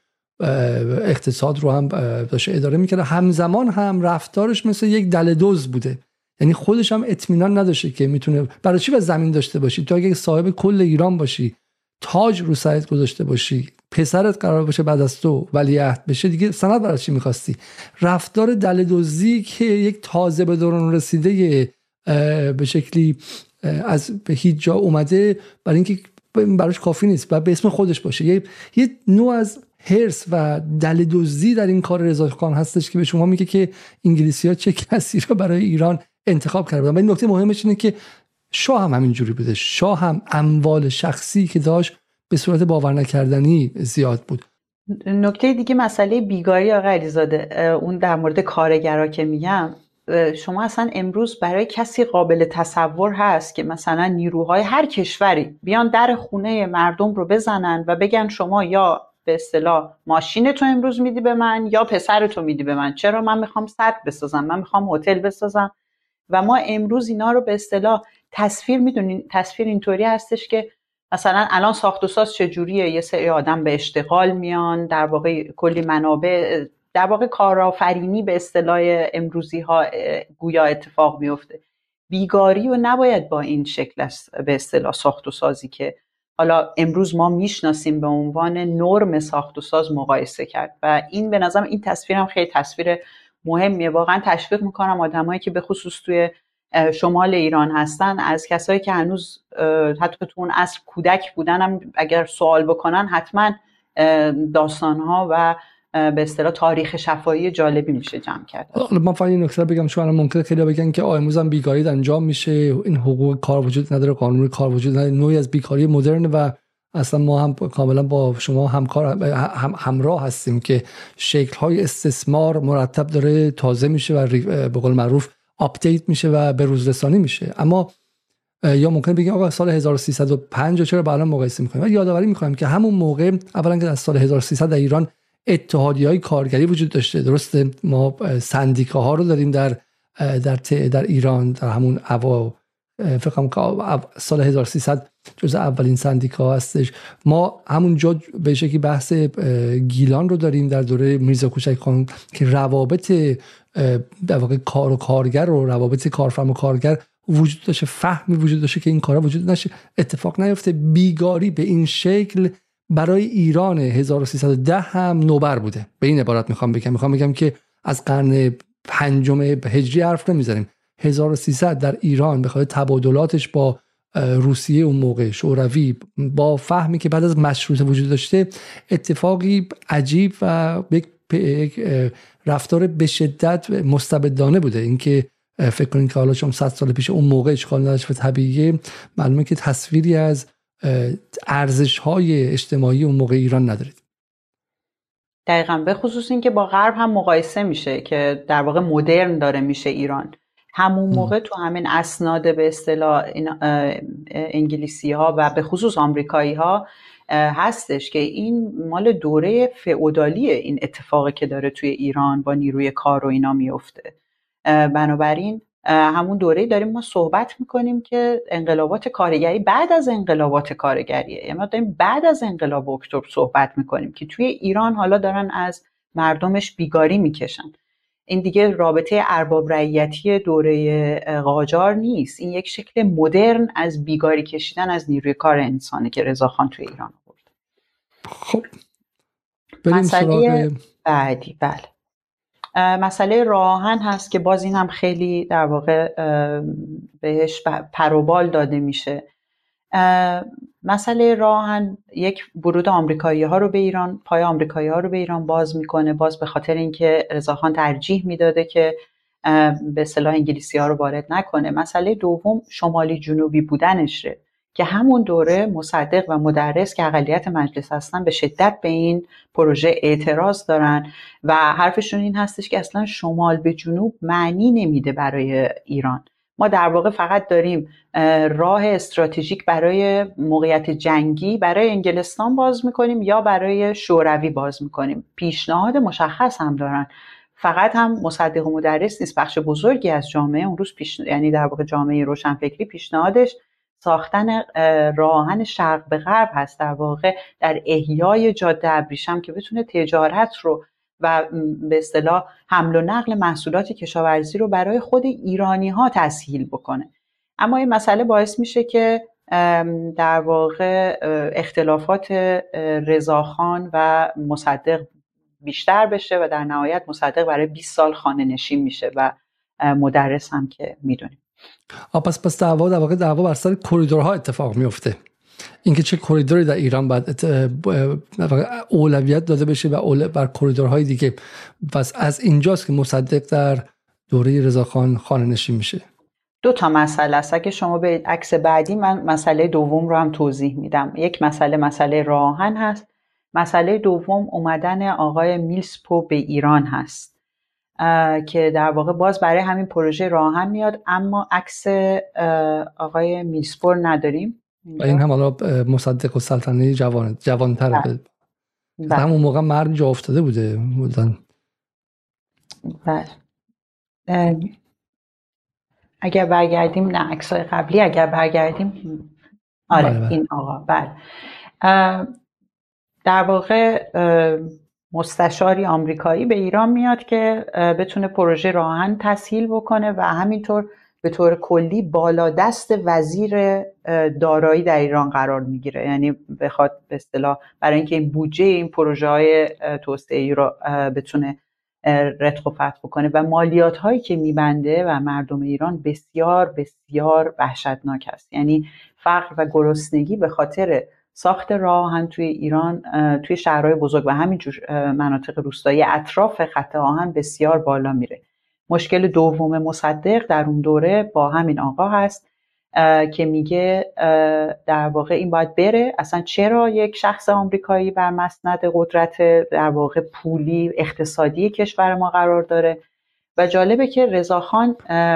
اقتصاد رو هم داشته اداره میکرده، همزمان هم رفتارش مثل یک دلدوز بوده. یعنی خودش هم اطمینان نداشته که میتونه. برای چی به زمین داشته باشی؟ تو اگه صاحب کل ایران باشی، تاج رو سرت گذاشته باشی، پسرت قرار باشه بعد از تو ولیعهد بشه، دیگه سند برای چی میخواستی؟ رفتار دلدوزی که یک تازه به دوران رسیده به شکلی از به هیچ جا اومده، برای اینکه براش کافی نیست و به اسم خودش باشه. یه یه نوع از هرس و دلدوزی در این کار رضاخان هستش که به شما میگه که انگلیسی‌ها چه کسی رو برای ایران انتخاب کرده بودن. و این نکته مهمش اینه که شاه هم همینجوری بوده. شاه هم اموال شخصی که داشت به صورت باور نکردنی زیاد بود. نکته دیگه مسئله بیگاری آقای علیزاده، اون در مورد کارگرها که میگم، شما اصلا امروز برای کسی قابل تصور هست که مثلا نیروهای هر کشوری بیان در خونه مردم رو بزنن و بگن شما یا به اصطلاح ماشین تو امروز میدی به من یا پسر تو میدی به من؟ چرا؟ من میخوام سد بسازم، من میخوام هتل بسازم. و ما امروز اینا رو به اصطلاح تصویر میدونین، تصویر اینطوری هستش که مثلا الان ساخت و ساز چجوریه، یه سری آدم به اشتغال میان، در واقع کلی منابع، در واقع کارآفرینی به اصطلاح امروزی ها گویا اتفاق میفته. بیگاری و نباید با این شکل است به اصطلاح ساخت و سازی که حالا امروز ما میشناسیم به عنوان نرم ساخت و ساز مقایسه کرد. و این به نظرم این تصویرم خیلی تصویر مهمیه. واقعا تشویق میکنم آدمایی که به خصوص توی شمال ایران هستن، از کسایی که هنوز حتی تو اون عصر کودک بودن هم اگر سوال بکنن حتما داستانها و به اصطلاح تاریخ شفاهی جالبی میشه جمع کرد. حالا من فقط این نکته بگم، چون ممکنه خیلی بگن که امروز هم بیکاری انجام میشه، این حقوق کار وجود نداره، قانون کار وجود نداره، نوعی از بیکاری مدرن. و اصلا ما هم کاملا با شما همکار هم همراه هستیم که شکل‌های استثمار مرتب داره تازه میشه و به قول معروف آپدیت میشه و به روز رسانی میشه. اما یا ممکن بگیم آقا سال هزار و سیصد و پنج چرا با الان مقایسه میکنیم؟ و یادآوری میکنم که همون موقع اولا که از سال هزار و سیصد در ایران اتحادیه‌های کارگری وجود داشته. درسته ما سندیکاها رو داریم در در در ایران، در همون اوا فکر کنم سال هزار و سیصد جزء اولین سندیکا هستش. ما همونجا به شکلی بحث گیلان رو داریم در دوره میرزا کوچک خان که روابط در واقع کار و کارگر و روابط کارفرما و کارگر وجود داشته، فهمی وجود داشته که این کارا وجود نشه، اتفاق نیفته. بیگاری به این شکل برای ایران هزار و سیصد و ده هم نوبر بوده. به این عبارت میخوام بگم میخوام بگم که از قرن پنجم هجری حرف نمیزنیم. هزار و سیصد در ایران به خاطر تبادلاتش با روسیه اون موقع شوروی، با فهمی که بعد از مشروطه وجود داشته، اتفاقی عجیب و یک رفتار به شدت مستبدانه بوده. اینکه فکر کنید که حالا شما صد سال پیش اون موقع اشغال نداشت و طبیعیه، معلومه که تصویری از ارزش‌های اجتماعی اون موقع ایران ندارید. دقیقاً، به خصوص این که با غرب هم مقایسه میشه که در واقع مدرن داره میشه ایران. همون موقع تو همین اسناد به اصطلاح انگلیسی ها و به خصوص آمریکایی ها هستش که این مال دوره فئودالیه، این اتفاقی که داره توی ایران با نیروی کار و اینا میفته. بنابراین همون دوره‌ای داریم ما صحبت میکنیم که انقلابات کارگری بعد از انقلابات کارگریه، یعنی ما داریم بعد از انقلاب اکتبر صحبت میکنیم که توی ایران حالا دارن از مردمش بیگاری میکشن. این دیگه رابطه ارباب رعیتی دوره قاجار نیست، این یک شکل مدرن از بیگاری کشیدن از نیروی کار انسانه که رضاخان توی ایران آورد. خب بریم سراغ بعدی. بله، مسئله راه آهن هست که باز این هم خیلی در واقع بهش پروبال داده میشه. مسئله راه آهن یک ورود آمریکایی ها رو به ایران، پای آمریکایی ها رو به ایران باز میکنه، باز به خاطر اینکه رضاخان ترجیح میداده که به اصطلاح انگلیسی ها رو وارد نکنه. مسئله دوم شمالی جنوبی بودنشه که همون دوره مصدق و مدرس که اقلیت مجلس هستن به شدت به این پروژه اعتراض دارن و حرفشون این هستش که اصلا شمال به جنوب معنی نمیده برای ایران. ما در واقع فقط داریم راه استراتژیک برای موقعیت جنگی برای انگلستان باز میکنیم یا برای شوروی باز میکنیم. پیشنهاد مشخص هم دارن، فقط هم مصدق و مدرس نیست، بخش بزرگی از جامعه اون روز پیش، یعنی در واقع جامعه روشنفکری پیشنهادش ساختن راه آهن شرق به غرب هست، در واقع در احیای جاده ابریشم که بتونه تجارت رو و به اصطلاح حمل و نقل محصولات کشاورزی رو برای خود ایرانی ها تسهیل بکنه. اما این مسئله باعث میشه که در واقع اختلافات رضاخان و مصدق بیشتر بشه و در نهایت مصدق برای بیست سال خانه نشین میشه و مدرس هم که میدونیم. پس پس دعوا در واقع دعوا بر سر کریدورها اتفاق میفته، اینکه چه کریدوری در ایران باید اولویت داده بشه و بر کریدورهای دیگه. پس از اینجاست که مصدق در دوره رضاخان خانه نشین میشه. دو تا مسئله است. اگه شما به عکس بعدی من مسئله دوم رو هم توضیح میدم. یک مسئله مسئله راه آهن هست، مسئله دوم اومدن آقای میلسپو به ایران هست که در واقع باز برای همین پروژه راه آهن میاد، اما عکس آقای میلسپو نداریم و این هم حالا مصدق و سلطنه جوان جوان‌تره. بله. همون موقع مرگ جا افتاده بوده بودن. بله. اگر برگردیم نه عکسای قبلی اگر برگردیم آره بله بله. این آقا بله در واقع مستشاری آمریکایی به ایران میاد که بتونه پروژه راه آهن تسهیل بکنه و همینطور به طور کلی بالا دست وزیر دارایی در ایران قرار میگیره، یعنی بخواد به اصطلاح برای اینکه این بودجه این پروژه های توسعه‌ای رو بتونه رتق و فتق بکنه و مالیات هایی که میبنده و مردم ایران بسیار بسیار وحشتناک است. یعنی فقر و گرسنگی به خاطر ساخت راه آهن توی ایران توی شهرهای بزرگ و همینجور مناطق روستایی اطراف خط آهن بسیار بالا میره. مشکل دوم مصدق در اون دوره با همین آقا هست که میگه در واقع این باید بره. اصلا چرا یک شخص آمریکایی بر مسند قدرت در واقع پولی اقتصادی کشور ما قرار داره؟ و جالبه که رضاخان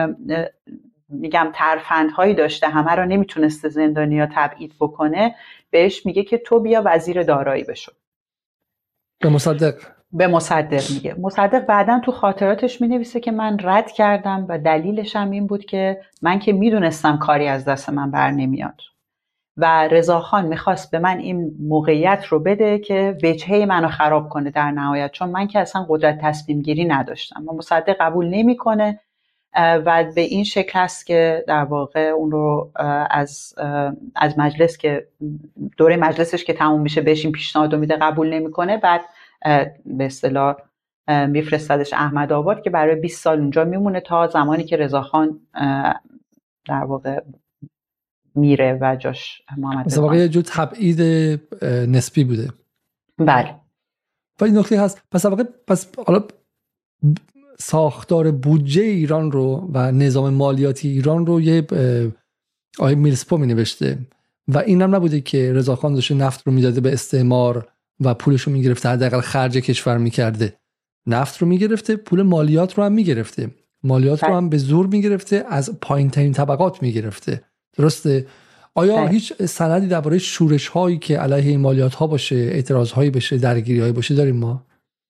میگم ترفندهایی داشته، همه رو نمیتونسته زندانیا تبعید بکنه، بهش میگه که تو بیا وزیر دارایی بشو. به مصدق به مصدق میگه. مصدق بعداً تو خاطراتش مینویسه که من رد کردم و دلیلش هم این بود که من که میدونستم کاری از دست من بر نمیاد و رضاخان میخواست به من این موقعیت رو بده که وجهه منو خراب کنه در نهایت، چون من که اصلا قدرت تصمیم گیری نداشتم و مصدق قبول نمیکنه و به این شکل هست که در واقع اون رو از از مجلس که دوره مجلسش که تموم میشه بهش این پیشنهاد میده، قبول نمیکنه، بعد به اصطلاح میفرستادش احمد آباد که برای بیست سال اونجا میمونه تا زمانی که رضاخان در واقع میره و جاش محمد رضا. واقعا یه جور تبعید نسبی بوده. بله. و این نکته هست. پس واقعا پس حالا ساختار بودجه ایران رو و نظام مالیاتی ایران رو یه آقای میلسپو می نوشته و این هم نبوده که رضاخان داشته نفت رو میداده به استعمار و پولش رو میگرفته، حداقل خرج کشور میکرده. نفت رو میگرفته، پول مالیات رو هم میگرفته، مالیات رو هم به زور میگرفته، از پایین ترین طبقات میگرفته. درسته؟ آیا ده. هیچ سندی درباره شورش هایی که علیه این مالیات ها باشه، اعتراض هایی بشه، درگیری هایی باشه داریم ما؟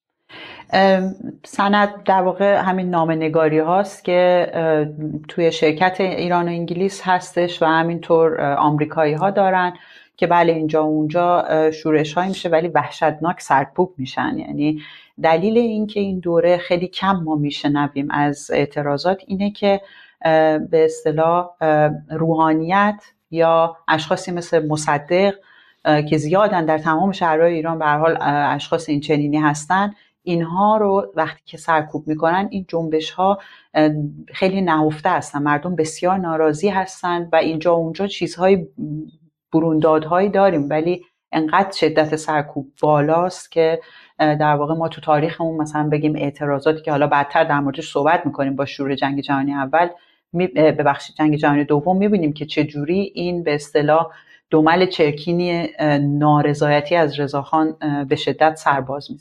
سند در واقع همین نامه‌نگاری هاست که توی شرکت ایران و انگلیس هستش و همینطور آمریکایی ها دارن که بله اینجا اونجا شورش هایی میشه ولی وحشتناک سرکوب میشن. یعنی دلیل این که این دوره خیلی کم ما میشنویم از اعتراضات اینه که به اصطلاح روحانیت یا اشخاصی مثل مصدق که زیادن در تمام شهرهای ایران به هر حال اشخاص این چنینی هستن، اینها رو وقتی که سرکوب میکنن این جنبش ها خیلی نهفته هستن، مردم بسیار ناراضی هستن و اینجا اونجا چیزهای بروندادهایی داریم ولی انقدر شدت سرکوب بالاست که در واقع ما تو تاریخمون مثلا بگیم اعتراضاتی که حالا بعدتر در موردش صحبت میکنیم با شروع جنگ جهانی اول ببخشید جنگ جهانی دوم میبینیم که چه جوری این به اصطلاح دمل چرکینی نارضایتی از رضاخان به شدت سرباز میزنه.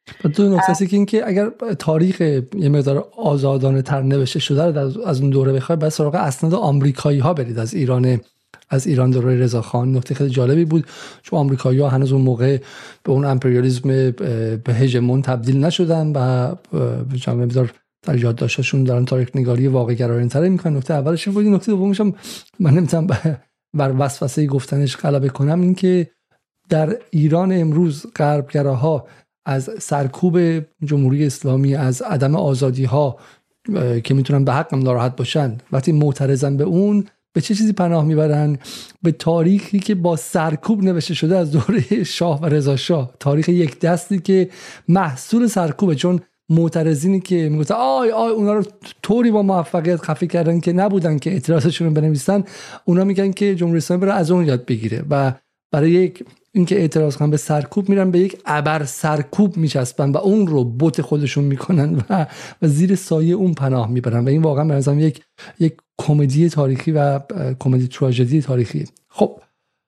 و دو نکته است که اینکه اگر تاریخ یه مقدار آزادانه تر نوشته شده رو از اون دوره بخواید بعد سراغ اسناد آمریکایی ها برید از ایران از ایران دوره رضاخان. نکته خیلی جالبی بود چون آمریکایی‌ها هنوز اون موقع به اون امپریالیسم به هژمون تبدیل نشدن و چند مقدار در یادداشتشون دارن تاریخ نگاری واقع گرایانه‌تری میکنن. نکته اولش این بود. نکته دومش هم من نمیتونم بر وسوسه گفتنش غلبه کنم، این که در ایران امروز غربگراها از سرکوب جمهوری اسلامی، از عدم آزادی ها که میتونن به حق ناراحت باشن، وقتی معترضن به اون به چه چیزی پناه میبرن؟ به تاریخی که با سرکوب نوشته شده از دوره شاه و رضا شاه، تاریخ یک دستی که محصول سرکوبه. چون معترضینی که میگفتن آی آی اونا رو طوری با موفقیت خفه کردن که نبودن که اعتراضشون رو بنویسن، اونا میگن که جمهوری اسلامی بره از اون یاد بگیره و برای یک اینکه اعتراض کنن به سرکوب میرن به یک ابر سرکوب میچسبن و اون رو بت خودشون میکنن و, و زیر سایه اون پناه میبرن و این واقعا به نظرم یک یک کمدی تاریخی و کمدی تراژدی تاریخی. خب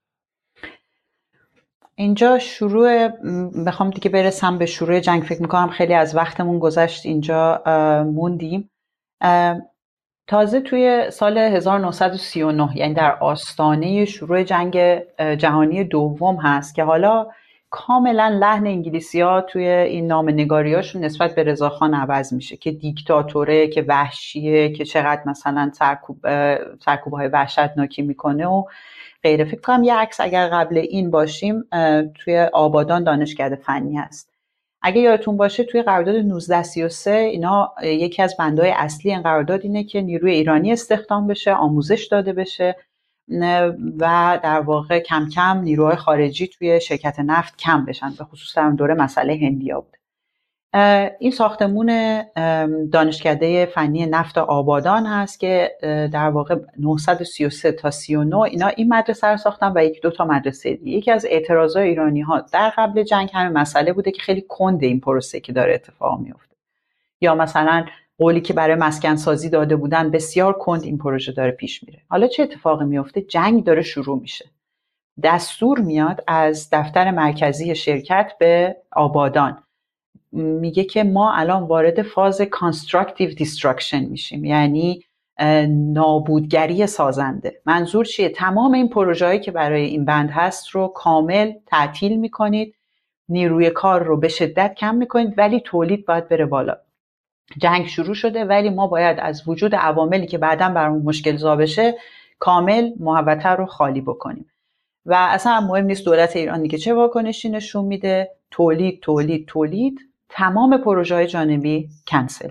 اینجا شروع، بخوام دیگه برسم به شروع جنگ، فکر میکنم خیلی از وقتمون گذشت اینجا موندیم. تازه توی سال هزار و نهصد و سی و نه یعنی در آستانه شروع جنگ جهانی دوم هست که حالا کاملا لحن انگلیسی‌ها توی این نامه‌نگاری‌هاشون نسبت به رضاخان عوض میشه که دیکتاتوره، که وحشیه، که چقدر مثلا سرکوب سرکوب‌های وحشتناکی میکنه و غیره. فکر کنم یه عکس اگر قبل این باشیم توی آبادان دانشکده فنی هست. اگه یادتون باشه توی قرارداد نوزده سی و سه اینا یکی از بندهای اصلی این قرارداد اینه که نیروی ایرانی استخدام بشه، آموزش داده بشه و در واقع کم کم نیروهای خارجی توی شرکت نفت کم بشن، به خصوص در دوره مسئله هندیا بود. این ساختمون دانشکده فنی نفت آبادان هست که در واقع نهصد و سی و سه تا سی و نه اینا این مدرسه رو ساختن و یک دو تا مدرسه دیگه. یکی از اعتراضات ایرانی ها در قبل جنگ همین مسئله بوده که خیلی کنده این پروسه که داره اتفاق میفته، یا مثلا قولی که برای مسکن سازی داده بودن بسیار کند این پروژه داره پیش میره. حالا چه اتفاقی میفته؟ جنگ داره شروع میشه، دستور میاد از دفتر مرکزی شرکت به آبادان، میگه که ما الان وارد فاز constructive destruction میشیم، یعنی نابودگری سازنده. منظور چیه؟ تمام این پروژه‌ای که برای این بند هست رو کامل تعطیل میکنید، نیروی کار رو به شدت کم میکنید، ولی تولید باید بره بالا. جنگ شروع شده ولی ما باید از وجود عواملی که بعداً برامون مشکل زا بشه کامل محوطه رو خالی بکنیم. و اصلا مهم نیست دولت ایران دیگه چه واکنشی نشون میده، تولید تولید تولید، تمام پروژه‌های جانبی کنسل.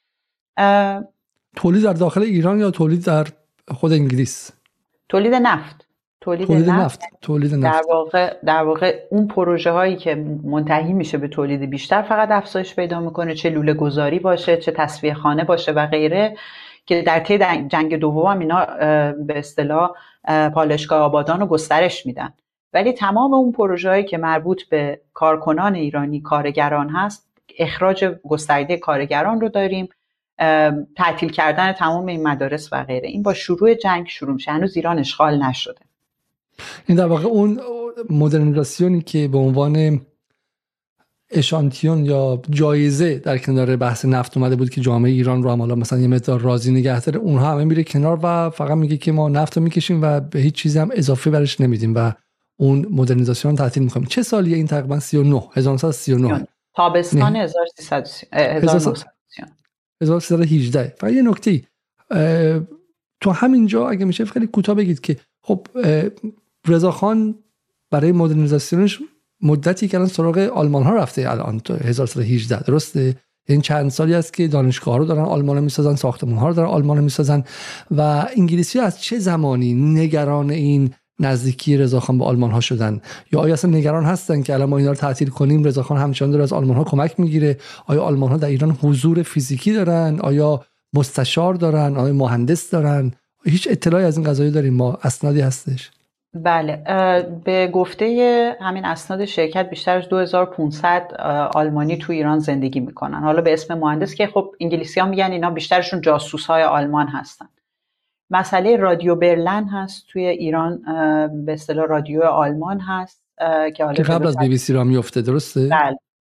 تولید در داخل ایران یا تولید در خود انگلیس؟ تولید نفت. تولید, تولید نفت. نفت. تولید نفت. در واقع در واقع اون پروژه هایی که منتهی میشه به تولید بیشتر فقط افزایش پیدا میکنه، چه لوله گذاری باشه، چه تصفیه خانه باشه و غیره، که در طی جنگ دوم هم اینا به اصطلاح پالایشگاه آبادان رو گسترش میدن. ولی تمام اون پروژه‌هایی که مربوط به کارکنان ایرانی، کارگران هست، اخراج گسترده کارگران رو داریم، تعطیل کردن تمام این مدارس و غیره. این با شروع جنگ شروع میشه، هنوز ایران اشغال نشده. این در واقع اون مدرنیزاسیونی که به عنوان اشانتیون یا جایزه در کنار بحث نفت اومده بود که جامعه ایران رو هم حالا مثلا یه مقدار راضی نگه داره، اونها همه میره کنار و فقط میگه که ما نفت رو میکشیم و به هیچ چیزی هم اضافه برش نمیدیم و اون مدرنیزاسیون رو تعطیل میکنیم. چه سالیه این؟ تقریبا سی و نه هزار و نهصد و سی و نه تابستان هزار و سیصد و هجده. فقط یه نکته تو همینجا اگه میشه خیلی کوتاه بگید که خب رضاخان برای مدرنیزاسیونش مدتی که الان سراغ آلمان ها رفته، الان تو هزار و سیصد و هجده درسته؟ این چند سالی است که دانشگاه رو دارن آلمان ها میسازن، ساختمان ها رو دارن آلمان ها میسازن و انگلیسی ها از چه زمانی نگران این نزدیکی رضاخان به آلمان ها شدن؟ یا آیا اصلا نگران هستن که الان ما اینا رو تعطیل کنیم رضاخان همچنان داره از آلمان ها کمک میگیره؟ آیا آلمان ها در ایران حضور فیزیکی دارن؟ آیا مستشار دارن؟ آیا مهندس دارن؟ هیچ اطلاعی از این قضايا داریم ما؟ اسنادی هستش؟ بله، به گفته همین اسناد شرکت بیشتر از دو هزار و پانصد آلمانی تو ایران زندگی میکنن، حالا به اسم مهندس، که خب انگلیسی ها میگن اینا بیشترشون جاسوس های آلمان هستن. مسئله رادیو برلن هست توی ایران، به اصطلاح رادیو آلمان هست که حالا که قبل از بی بی سی را میفته، درسته؟ بله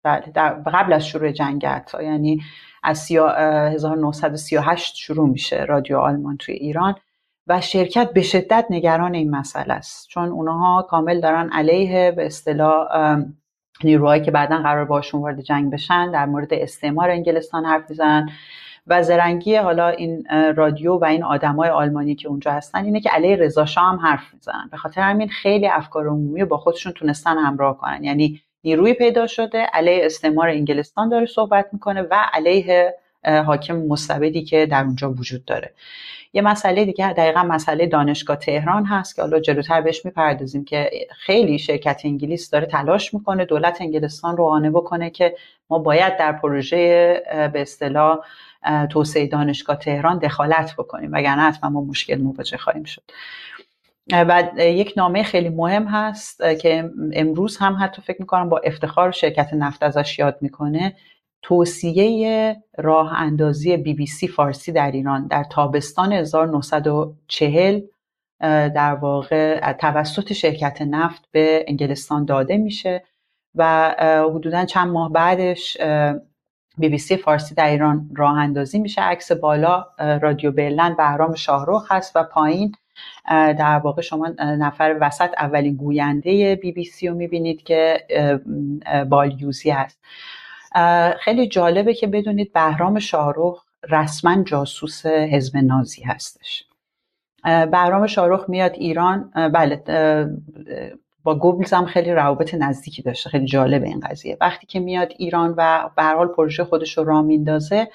بله در قبل از شروع جنگ حتی، یعنی از هزار و نهصد و سی و هشت شروع میشه رادیو آلمان توی ایران و شرکت به شدت نگران این مسئله است، چون اونها کامل دارن علیه به اصطلاح نیروهایی که بعداً قرار باشون وارد جنگ بشن در مورد استعمار انگلستان حرف میزنن و زرنگی حالا این رادیو و این آدمای آلمانی که اونجا هستن اینه که علیه رضا شاه هم حرف میزنن. به خاطر همین خیلی افکار عمومی رو با خودشون تونستن همراه کنن، یعنی نیروی پیدا شده علیه استعمار انگلستان داره صحبت میکنه و علیه حاکم مستبدی که در اونجا وجود داره. یه مسئله دیگه دقیقاً مسئله دانشگاه تهران هست که حالا جلوتر بهش میپردازیم که خیلی شرکت انگلیس داره تلاش میکنه دولت انگلستان رو قانع بکنه که ما باید در پروژه به اصطلاح توسعه دانشگاه تهران دخالت بکنیم وگرنه حتما ما مشکل مواجه خواهیم شد. و یک نامه خیلی مهم هست که امروز هم حتی فکر میکنم با افتخار شرکت نفت ازش یاد میکنه، توصیه راه اندازی بی بی سی فارسی در ایران در تابستان هزار و نهصد و چهل در واقع توسط شرکت نفت به انگلستان داده میشه و حدوداً چند ماه بعدش بی بی سی فارسی در ایران راه اندازی میشه. عکس بالا رادیو برلن بهرام شاهرخ هست و پایین در واقع شما نفر وسط اولین گوینده بی بی سی رو میبینید که بالیوزی هست. خیلی جالبه که بدونید بهرام شاهرخ رسما جاسوس حزب نازی هستش. بهرام شاهرخ میاد ایران، بله با گوبلز هم خیلی روابط نزدیکی داشته، خیلی جالبه این قضیه. وقتی که میاد ایران و به هر حال پروژه خودش رو راه میندازه،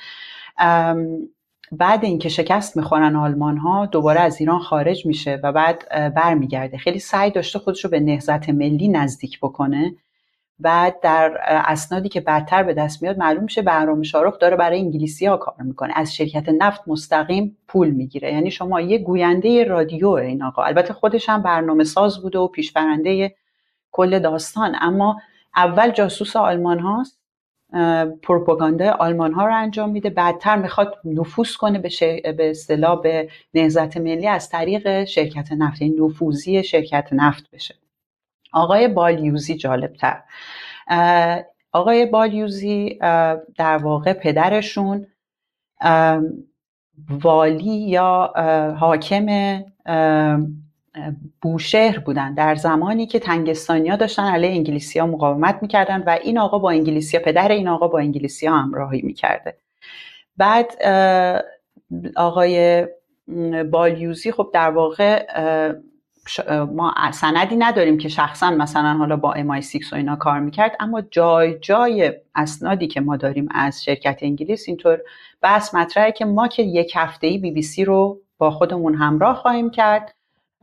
بعد اینکه شکست میخورن آلمان ها دوباره از ایران خارج میشه و بعد برمیگرده. خیلی سعی داشته خودش رو به نهضت ملی نزدیک بکنه. بعد در اسنادی که بعدتر به دست میاد معلوم میشه بهرام شاهرخ داره برای انگلیسی‌ها کار میکنه، از شرکت نفت مستقیم پول میگیره. یعنی شما یه گوینده رادیو این آقا، البته خودش هم برنامه ساز بوده و پیشبرنده کل داستان، اما اول جاسوس آلمان هاست، پروپاگاندای آلمان ها رو انجام میده، بعدتر میخواد نفوذ کنه به به اصطلاح به نهضت ملی از طریق شرکت نفت، این نفوذی شرکت نفت بشه. آقای بالیوزی جالبتر، آقای بالیوزی در واقع پدرشون والی یا حاکم بوشهر بودن در زمانی که تنگستانی‌ها داشتن علیه انگلیسی‌ها مقاومت میکردن و این آقا با انگلیسی‌ها، پدر این آقا با انگلیسی‌ها همراهی میکرده. بعد آقای بالیوزی خب در واقع ما سندی نداریم که شخصا مثلا حالا با ام آی سیکس و اینا کار میکرد، اما جای جای اسنادی که ما داریم از شرکت انگلیس اینطور بحث مطرحه که ما که یک هفته‌ای بی بی سی رو با خودمون همراه خواهیم کرد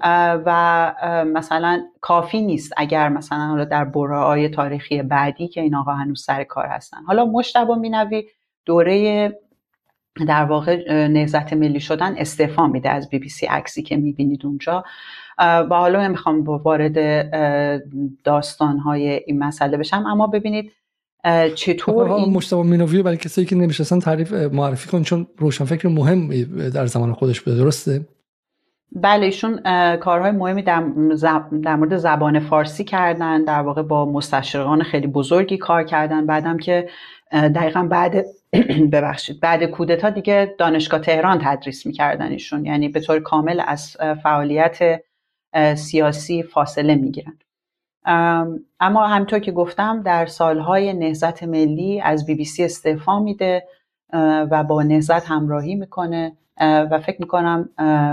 و مثلا کافی نیست اگر مثلا حالا در برهه‌های تاریخی بعدی که این آقا هنوز سر کار هستن. حالا مجتبی مینوی دوره در واقع نهضت ملی شدن استعفا میده از بی بی سی، عکسی که میبینید اونجا. و حالا نمیخوام وارد داستانهای این مسئله بشم، اما ببینید چطور این مجتبی مینوی برای کسایی که نمیشناسن تعریف معرفی کن، چون روشنفکر مهم در زمان خودش بوده. درسته؟ بله، ایشون کارهای مهمی در, زب... در مورد زبان فارسی کردن، در واقع با مستشرقان خیلی بزرگی کار کردن. بعدم که دقیقاً بعد ببخشید بعد کودتا دیگه دانشگاه تهران تدریس میکردن ایشون، یعنی به طور کامل از فعالیت سیاسی فاصله میگیرن. اما همونطور که گفتم در سالهای نهضت ملی از بی بی سی استعفا میده و با نهضت همراهی میکنه و فکر میکنم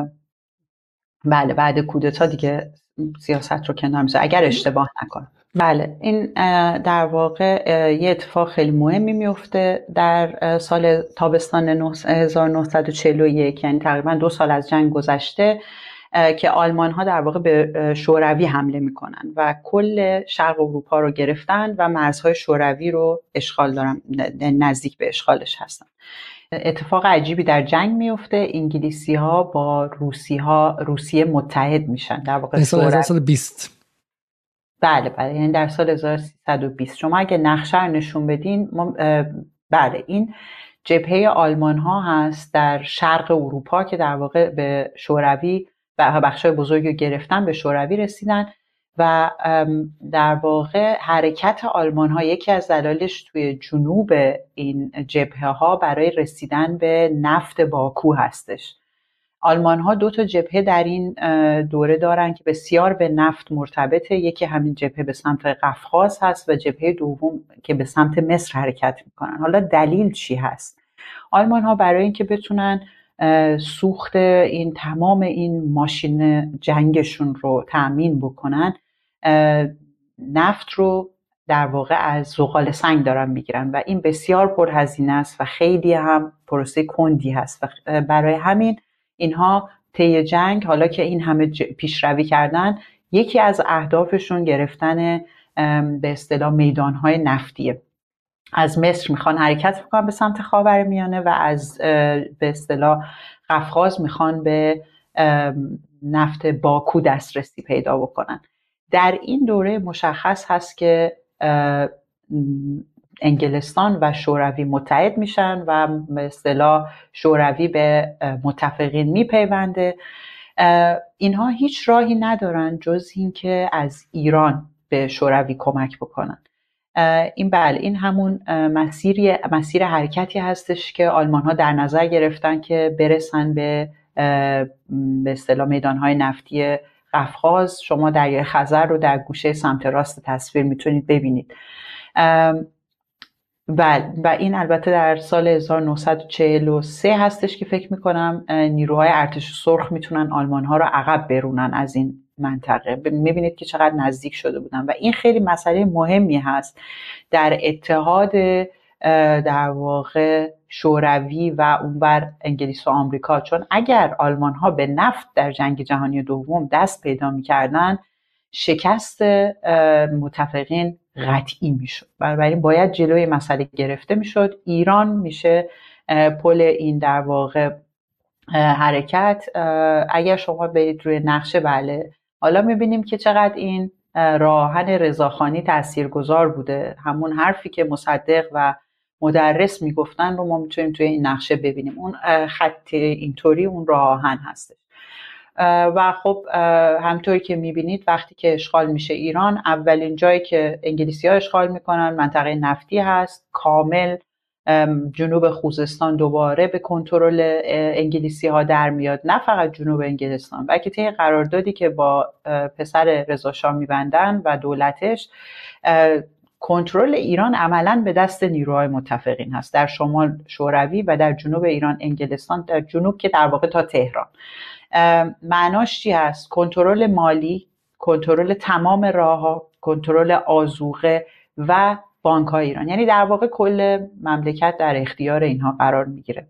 بله بعد کودتا دیگه سیاست رو کنار میذاره اگر اشتباه نکنم. بله این در واقع یه اتفاق خیلی مهمی میفته در سال تابستان هزار و نهصد و چهل و یک، یعنی تقریبا دو سال از جنگ گذشته، که آلمان ها در واقع به شوروی حمله میکنن و کل شرق اروپا رو گرفتن و مرزهای شوروی رو اشغال دارن، نزدیک به اشغالش هستن. اتفاق عجیبی در جنگ میفته، انگلیسی ها با روسی ها روسیه متحد میشن در واقع سال هزار و بیست. بله بله یعنی در سال هزار و سیصد و بیست. شما اگه نقشه رو نشون بدین ما بله این جبهه آلمان ها هست در شرق اروپا که در واقع به شوروی و بخشای بزرگی گرفتن، به شوروی رسیدن و در واقع حرکت آلمان ها یکی از دلایلش توی جنوب این جبهه ها برای رسیدن به نفت باکو هستش. آلمان ها دو تا جبهه در این دوره دارن که بسیار به نفت مرتبطه. یکی همین جبهه به سمت قفقاز هست و جبهه دوم که به سمت مصر حرکت میکنن. حالا دلیل چی هست؟ آلمان ها برای اینکه بتونن سوخت این تمام این ماشین جنگشون رو تأمین بکنن، نفت رو در واقع از زغال سنگ دارن میگیرن و این بسیار پرهزینه است و خیلی هم پروسه کندی هست و برای همین اینها طی جنگ، حالا که این همه پیشروی کردن، یکی از اهدافشون گرفتن به اصطلاح میدانهای نفتیه. از مصر میخوان حرکت بکنن به سمت خاورمیانه و از به اصطلاح قفقاز میخوان به نفت باکو دسترسی پیدا بکنن. در این دوره مشخص هست که انگلستان و شوروی متحد میشن و به اصطلاح شوروی به متفقین میپیونده. اینها هیچ راهی ندارن جز این که از ایران به شوروی کمک بکنن. این بله این همون مسیر مسیر حرکتی هستش که آلمان ها در نظر گرفتن که برسن به به اصطلاح میدانهای نفتی قفقاز. شما دریای خزر رو در گوشه سمت راست تصویر میتونید ببینید. بله و این البته در سال هزار و نهصد و چهل و سه هستش که فکر میکنم نیروهای ارتش سرخ میتونن آلمان ها رو عقب برونن از این منطقه. میبینید که چقدر نزدیک شده بودن و این خیلی مسئله مهمی هست در اتحاد در واقع شوروی و اونور انگلیس و آمریکا، چون اگر آلمان ها به نفت در جنگ جهانی دوم دست پیدا میکردن شکست متفقین قطعی میشد. بنابراین باید جلوی مسئله گرفته میشد. ایران میشه پل این در واقع حرکت. اگر شما برید روی نقشه، بله حالا میبینیم که چقدر این راهن رضاخانی تاثیرگذار بوده. همون حرفی که مصدق و مدرس میگفتن رو ما میتونیم توی این نقشه ببینیم. اون خط اینطوری اون راهن هستش و خب همطوری که میبینید وقتی که اشغال میشه ایران، اولین جایی که انگلیسی ها اشغال میکنن منطقه نفتی هست. کامل جنوب خوزستان دوباره به کنترل انگلیسی ها در میاد. نه فقط جنوب انگلستان، بلکه طی قراردادی که با پسر رضا شاه میبندن و دولتش، کنترل ایران عملاً به دست نیروهای متفقین هست. در شمال شوروی و در جنوب ایران انگلستان، در جنوب که در واقع تا تهران. معناش چی هست؟ کنترل مالی، کنترل تمام راه‌ها، کنترل آذوقه و بانک‌های ایران. یعنی در واقع کل مملکت در اختیار اینها قرار میگیره.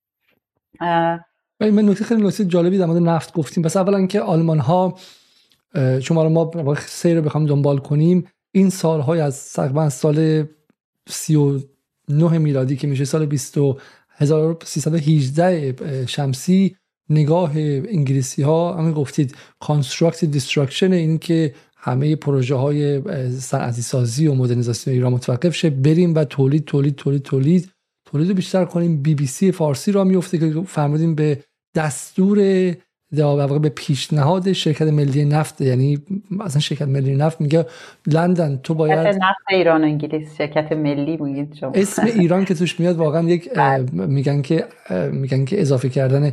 من نکته خیلی نکته جالبی در مورد نفت گفتیم. پس اولا که آلمان‌ها، شما رو ما سیر رو بخوام دنبال کنیم، این سال‌های از تقریبا سال سی و نه میلادی که میشه سال هزار و سیصد و هجده شمسی، نگاه انگلیسی ها همین گفتید constructive destruction، این که همه پروژه های صنعتی سازی و مدرنیزاسیون ایران متوقف شه، بریم و تولید تولید تولید تولید تولید رو بیشتر کنیم. بی بی سی فارسی را میفته که فرمودیم به دستور در واقع به پیشنهاد شرکت ملی نفت، یعنی اصلا شرکت ملی نفت میگه لندن تو باید شرکت نفت ایران و انگلیس، شرکت ملی میگید شما. اسم ایران که توش میاد واقعا یک میگن که میگن که اضافه کردن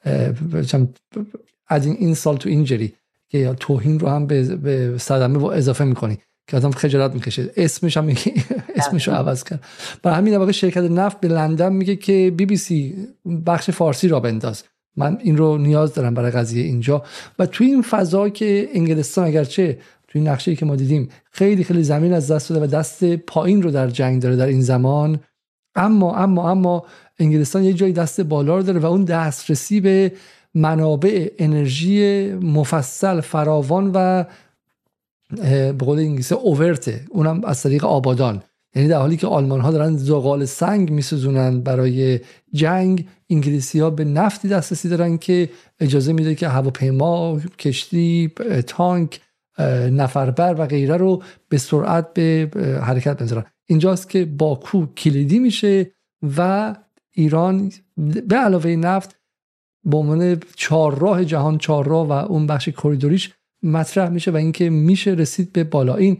ادین این سال تو اینجری که یا توهین رو هم به, به صدمه و اضافه میکنی که آدم خجالت میکشه. اسمش هم اسمش رو عوض کرد. برای همین واقع شرکت نفت به لندن میگه که بی بی سی بخش فارسی را بنداز، من این رو نیاز دارم برای قضیه اینجا. و تو این فضا که انگلستان اگرچه تو این نقشه‌ای که ما دیدیم خیلی خیلی زمین از دست داده و دست پایین رو در جنگ داره در این زمان، اما اما اما انگلستان یه جایی دست بالا رو داره و اون دسترسی به منابع انرژی مفصل فراوان و به قول انگلیسی اوورته، اونم از طریق آبادان. یعنی در حالی که آلمان ها دارن زغال سنگ میسوزونن برای جنگ، انگلیسی ها به نفتی دسترسی دارن که اجازه میده که هواپیما، کشتی، تانک، نفربر و غیره رو به سرعت به حرکت بذارن. اینجاست که باکو کلیدی میشه و ایران به علاوه نفت به عنوان چهارراه جهان، چهارراه و اون بخش کریدوریش مطرح میشه و اینکه میشه رسید به بالا. این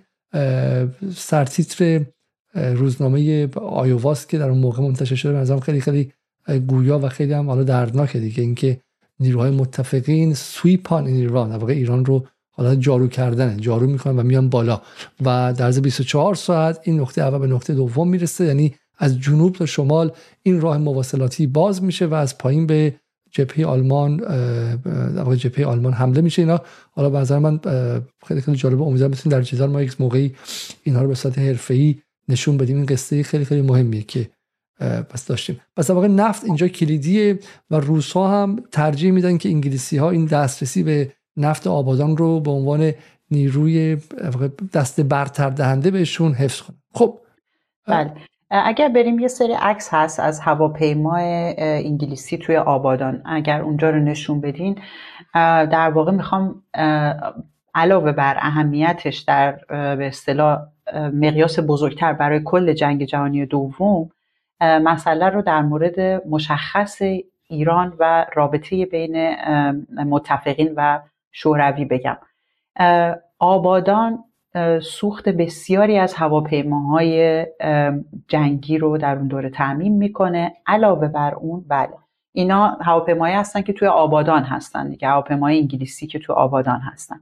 سرتیتر روزنامه آیوواست که در اون موقع منتشر شده، مثلا خیلی خیلی گویا و خیلی هم حالا دردناکه دیگه، اینکه نیروهای متفقین سویپ آن ایران، در واقع ایران رو حالا جارو کردن، جارو میکنن و میان بالا و در عرض بیست و چهار ساعت این نقطه اول به نقطه دوم میرسه. یعنی از جنوب تا شمال این راه مواصلاتی باز میشه و از پایین به جبهه آلمان در واقع جبهه آلمان حمله میشه. اینا حالا به نظر من خیلی خیلی جالبه. امیدوارم بتونیم در جدال ما یک موقعی اینها رو به صورت حرفه‌ای نشون بدیم. این قصه خیلی خیلی مهمیه که پس داشتیم. پس واقعا نفت اینجا کلیدیه و روس‌ها هم ترجیح میدن که انگلیسی‌ها این دسترسی به نفت آبادان رو به عنوان نیروی دست برتر دهنده بهشون حفظ کنن. خب بله، اگر بریم یه سری عکس هست از هواپیمای انگلیسی توی آبادان، اگر اونجا رو نشون بدین، در واقع میخوام علاوه بر اهمیتش در به اصطلاح مقیاس بزرگتر برای کل جنگ جهانی دوم، مسئله رو در مورد مشخص ایران و رابطه بین متفقین و شوروی بگم. آبادان سوخت بسیاری از هواپیماهای جنگی رو در اون دوره تامین میکنه. علاوه بر اون بله اینا هواپیمایی هستن که توی آبادان هستن دیگه، هواپیمای انگلیسی که توی آبادان هستن.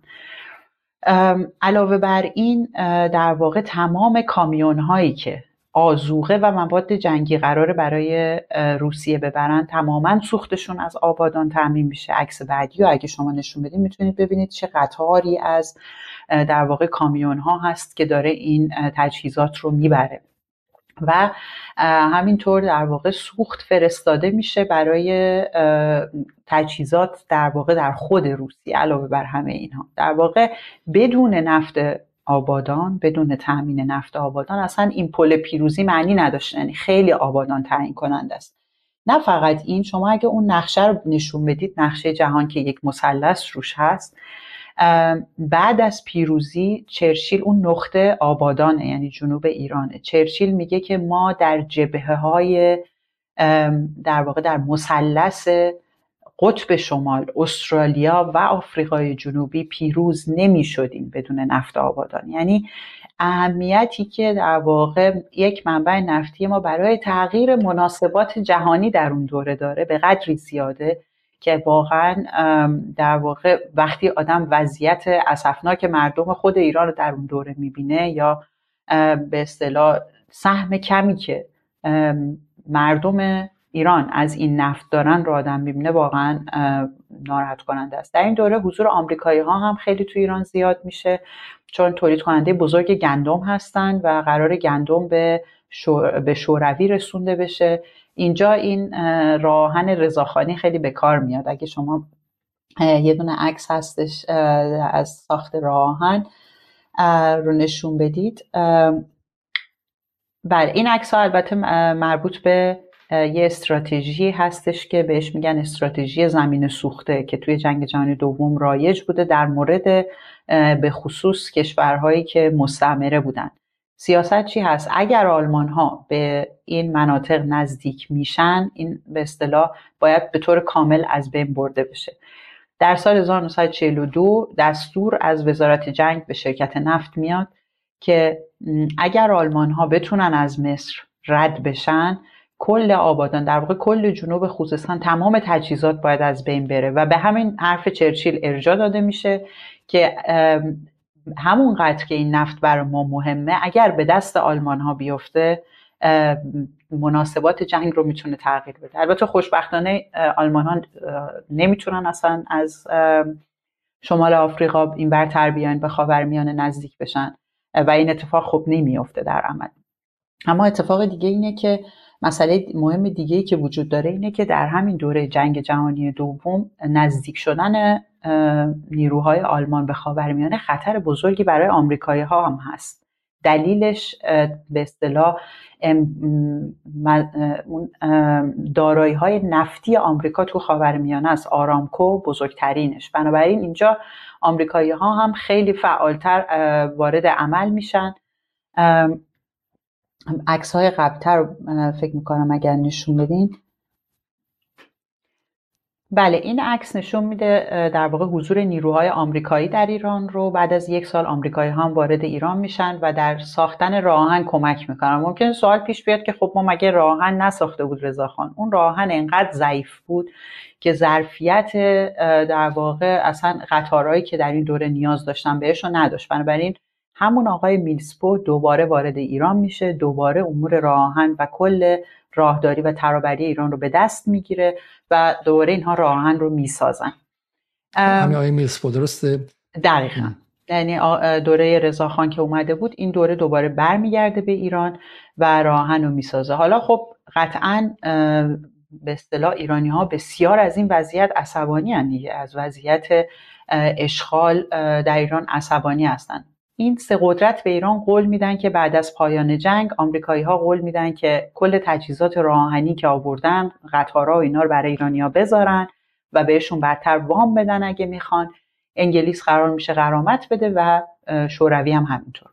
علاوه بر این در واقع تمام کامیون هایی که آذوقه و مواد جنگی قراره برای روسیه ببرن تماما سوختشون از آبادان تامین میشه. عکس بعدی رو اگه شما نشون بدین میتونید ببینید چه قطاری از در واقع کامیون ها هست که داره این تجهیزات رو میبره و همینطور در واقع سوخت فرستاده میشه برای تجهیزات در واقع در خود روسیه. علاوه بر همه اینها در واقع بدون نفت آبادان، بدون تامین نفت آبادان اصلا این پل پیروزی معنی نداشته. یعنی خیلی آبادان تعیین کننده است. نه فقط این، شما اگه اون نقشه رو نشون بدید، نقشه جهان که یک مثلث روش هست، بعد از پیروزی چرچیل اون نقطه آبادانه، یعنی جنوب ایرانه. چرچیل میگه که ما در جبهه های در واقع در مثلث قطب شمال، استرالیا و آفریقای جنوبی پیروز نمی شدیم بدون نفت آبادان. یعنی اهمیتی که در واقع یک منبع نفتی ما برای تغییر مناسبات جهانی در اون دوره داره به قدری زیاده که واقعا در واقع وقتی آدم وضعیت اسفناک مردم خود ایران رو در اون دوره میبینه یا به اصطلاح سهم کمی که مردم ایران از این نفت دارن رو آدم میبینه، واقعا ناراحت کننده است. در این دوره حضور آمریکایی ها هم خیلی تو ایران زیاد میشه چون تولید کننده بزرگ گندم هستن و قرار گندم به شور... به شوروی رسونده بشه. اینجا این راهن رضاخانی خیلی به کار میاد. اگه شما یه دونه عکس هستش از ساخت راهن رو نشون بدید. بله، این عکس ها البته مربوط به یه استراتژی هستش که بهش میگن استراتژی زمین سوخته که توی جنگ جهانی دوم رایج بوده در مورد به خصوص کشورهایی که مستعمره بودن. سیاست چی هست؟ اگر آلمان ها به این مناطق نزدیک میشن، این به اصطلاح باید به طور کامل از بین برده بشه. در سال هزار و نهصد و چهل و دو دستور از وزارت جنگ به شرکت نفت میاد که اگر آلمان ها بتونن از مصر رد بشن، کل آبادان، در واقع کل جنوب خوزستان، تمام تجهیزات باید از بین بره و به همین حرف چرچیل ارجاع داده میشه که همون قدر که این نفت برای ما مهمه، اگر به دست آلمان ها بیفته مناسبات جنگ رو میتونه تغییر بده. البته خوشبختانه آلمان ها نمیتونن اصلا از شمال آفریقا این برتر بیان به خاورمیانه نزدیک بشن و این اتفاق خب نمیفته در عمل. اما اتفاق دیگه اینه که مسئله مهم دیگه‌ای که وجود داره اینه که در همین دوره جنگ جهانی دوم نزدیک شدن نیروهای آلمان به خاورمیانه خطر بزرگی برای آمریکایی‌ها هم هست. دلیلش به اصطلاح دارایی‌های نفتی آمریکا تو خاورمیانه است. آرامکو بزرگترینش. بنابراین اینجا آمریکایی‌ها هم خیلی فعالتر وارد عمل میشن. عکس‌های قبل‌تر فکر می‌کنم اگر نشون بدین. بله، این عکس نشون میده در واقع حضور نیروهای آمریکایی در ایران رو. بعد از یک سال آمریکایی ها هم وارد ایران میشن و در ساختن راه آهن کمک میکنن. ممکنه سوال پیش بیاد که خب ما مگه راه آهن نساخته بود رضاخان؟ اون راه آهن اینقدر ضعیف بود که ظرفیت در واقع اصلا قطارهایی که در این دوره نیاز داشتن بهش رو نداشت. بنابراین همون آقای میلسپو دوباره وارد ایران میشه، دوباره امور راه آهن و کل راهداری و ترابری ایران رو به دست میگیره و دوباره اینها راه آهن رو میسازن. همین آقای میلسپو، درسته؟ دقیقاً. یعنی دوره رضاخان که اومده بود، این دوره دوباره برمیگرده به ایران و راه آهن رو میسازه. حالا خب قطعاً به اصطلاح ایرانی ها بسیار از این وضعیت عصبانی هستند دیگه، از وضعیت اشغال در ایران عصبانی هستند. این سه قدرت به ایران قول میدن که بعد از پایان جنگ آمریکایی ها قول میدن که کل تجهیزات راه آهنی که آوردن، قطارها و اینا رو برای ایرانیا بذارن و بهشون بعدتر وام بدن اگه میخوان. انگلیس قرار میشه غرامت بده و شوروی هم همینطور.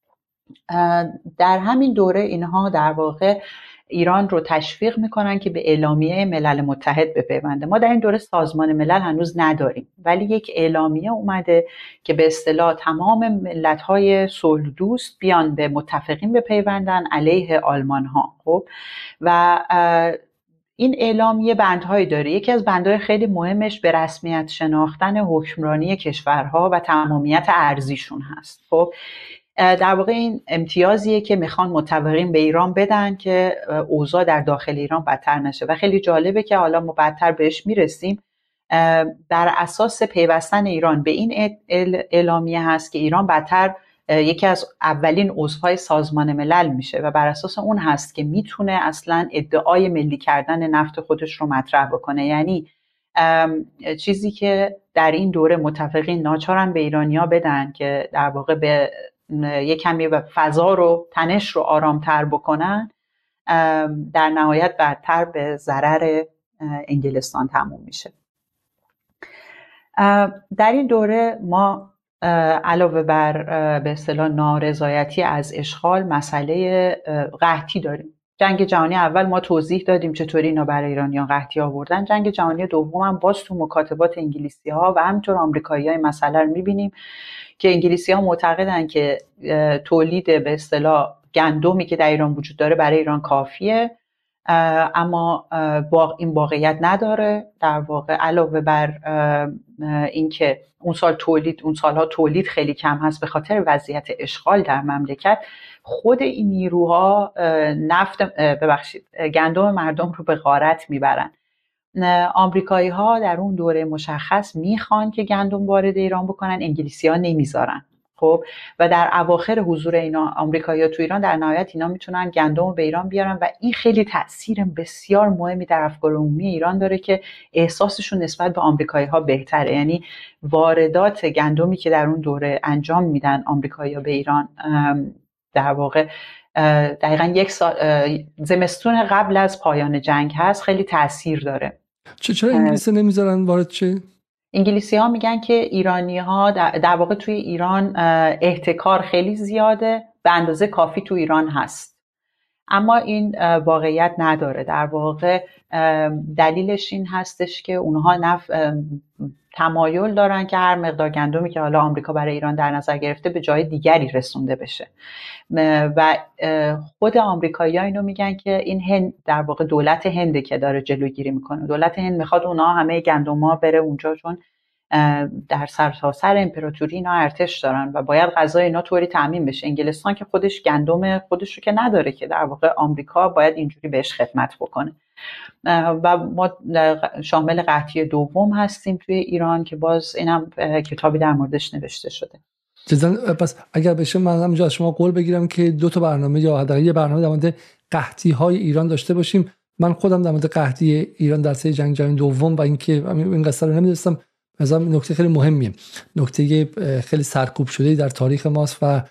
در همین دوره اینها در واقع ایران رو تشویق میکنن که به اعلامیه ملل متحد بپیونده. ما در این دوره سازمان ملل هنوز نداریم، ولی یک اعلامیه اومده که به اصطلاح تمام ملت‌های صلح دوست بیان به متفقین بپیوندن علیه آلمان ها. خب و این اعلامیه بندهایی داره. یکی از بندهای خیلی مهمش به رسمیت شناختن حکمرانی کشورها و تمامیت ارضیشون هست. خب در واقع این امتیازیه که میخوان متفقین به ایران بدن که اوضاع در داخل ایران بدتر نشه و خیلی جالبه که حالا ما بدتر بهش میرسیم. بر اساس پیوستن ایران به این اعلامیه هست که ایران بدتر یکی از اولین عضوهای سازمان ملل میشه و بر اساس اون هست که میتونه اصلا ادعای ملی کردن نفت خودش رو مطرح بکنه. یعنی چیزی که در این دوره متفقین ناچارن به ایرانیا بدن که در واقع به یک کمی فضا رو تنش رو آرامتر بکنن، در نهایت بدتر به ضرر انگلستان تموم میشه. در این دوره ما علاوه بر به اصطلاح نارضایتی از اشغال، مسئله قحطی داریم. جنگ جهانی اول ما توضیح دادیم چطوری اینا برای ایرانیان قحطی آوردن. جنگ جهانی دوم هم باز تو مکاتبات انگلیسی ها و همینطور آمریکایی های مسئله رو میبینیم که انگلیسی ها معتقدن که تولید به اصطلاح گندمی که در ایران وجود داره برای ایران کافیه، اما این واقعیت نداره. در واقع علاوه بر اینکه اون سال تولید اون سالها تولید خیلی کم هست به خاطر وضعیت اشغال در مملکت، خود این نیروها نفت ببخشید گندم مردم رو به غارت میبرن. آمریکایی ها در اون دوره مشخص میخوان که گندم وارد ایران بکنن، انگلیسی ها نمیذارن. خب و در اواخر حضور اینا آمریکایی‌ها تو ایران در نهایت اینا میتونن گندم رو به ایران بیارن و این خیلی تأثیر بسیار مهمی در افکار عمومی ایران داره که احساسشون نسبت به آمریکایی‌ها بهتره. یعنی واردات گندمی که در اون دوره انجام میدن آمریکایی‌ها به ایران در واقع دقیقاً یک سال زمستون قبل از پایان جنگ هست، خیلی تأثیر داره. چرا انگلیسی نمیذارن وارد شه؟ انگلیسی ها میگن که ایرانی ها در واقع توی ایران احتکار خیلی زیاده، به اندازه کافی تو ایران هست، اما این واقعیت نداره. در واقع دلیلش این هستش که اونها نف... تمایل دارن که هر مقدار گندمی که حالا آمریکا برای ایران در نظر گرفته به جای دیگری رسونده بشه و خود آمریکایی‌ها اینو میگن که این هند در واقع دولت هنده که داره جلوگیری میکنه. دولت هند میخواد اونها همه گندم‌ها بره اونجا، چون در سرتاسر امپراتوری اینا ارتش دارن و باید غذای اینا طوری تامین بشه. انگلستان که خودش گندم خودش رو که نداره که، در واقع آمریکا باید اینجوری بهش خدمت بکنه و ما شامل قحطی دوم هستیم توی ایران که باز اینم کتابی در موردش نوشته شده. جدا پس اگر بشه من همینجا از شما قول بگیرم که دو تا برنامه یا حداقل یه برنامه در مورد قحطی های ایران داشته باشیم. من خودم در مورد قحطی ایران در سه جنگ جهانی دوم و اینکه این قصه رو نمی‌دونستم، مثلا نکته خیلی مهمیه، نکته خیلی سرکوب شده در تاریخ ماست و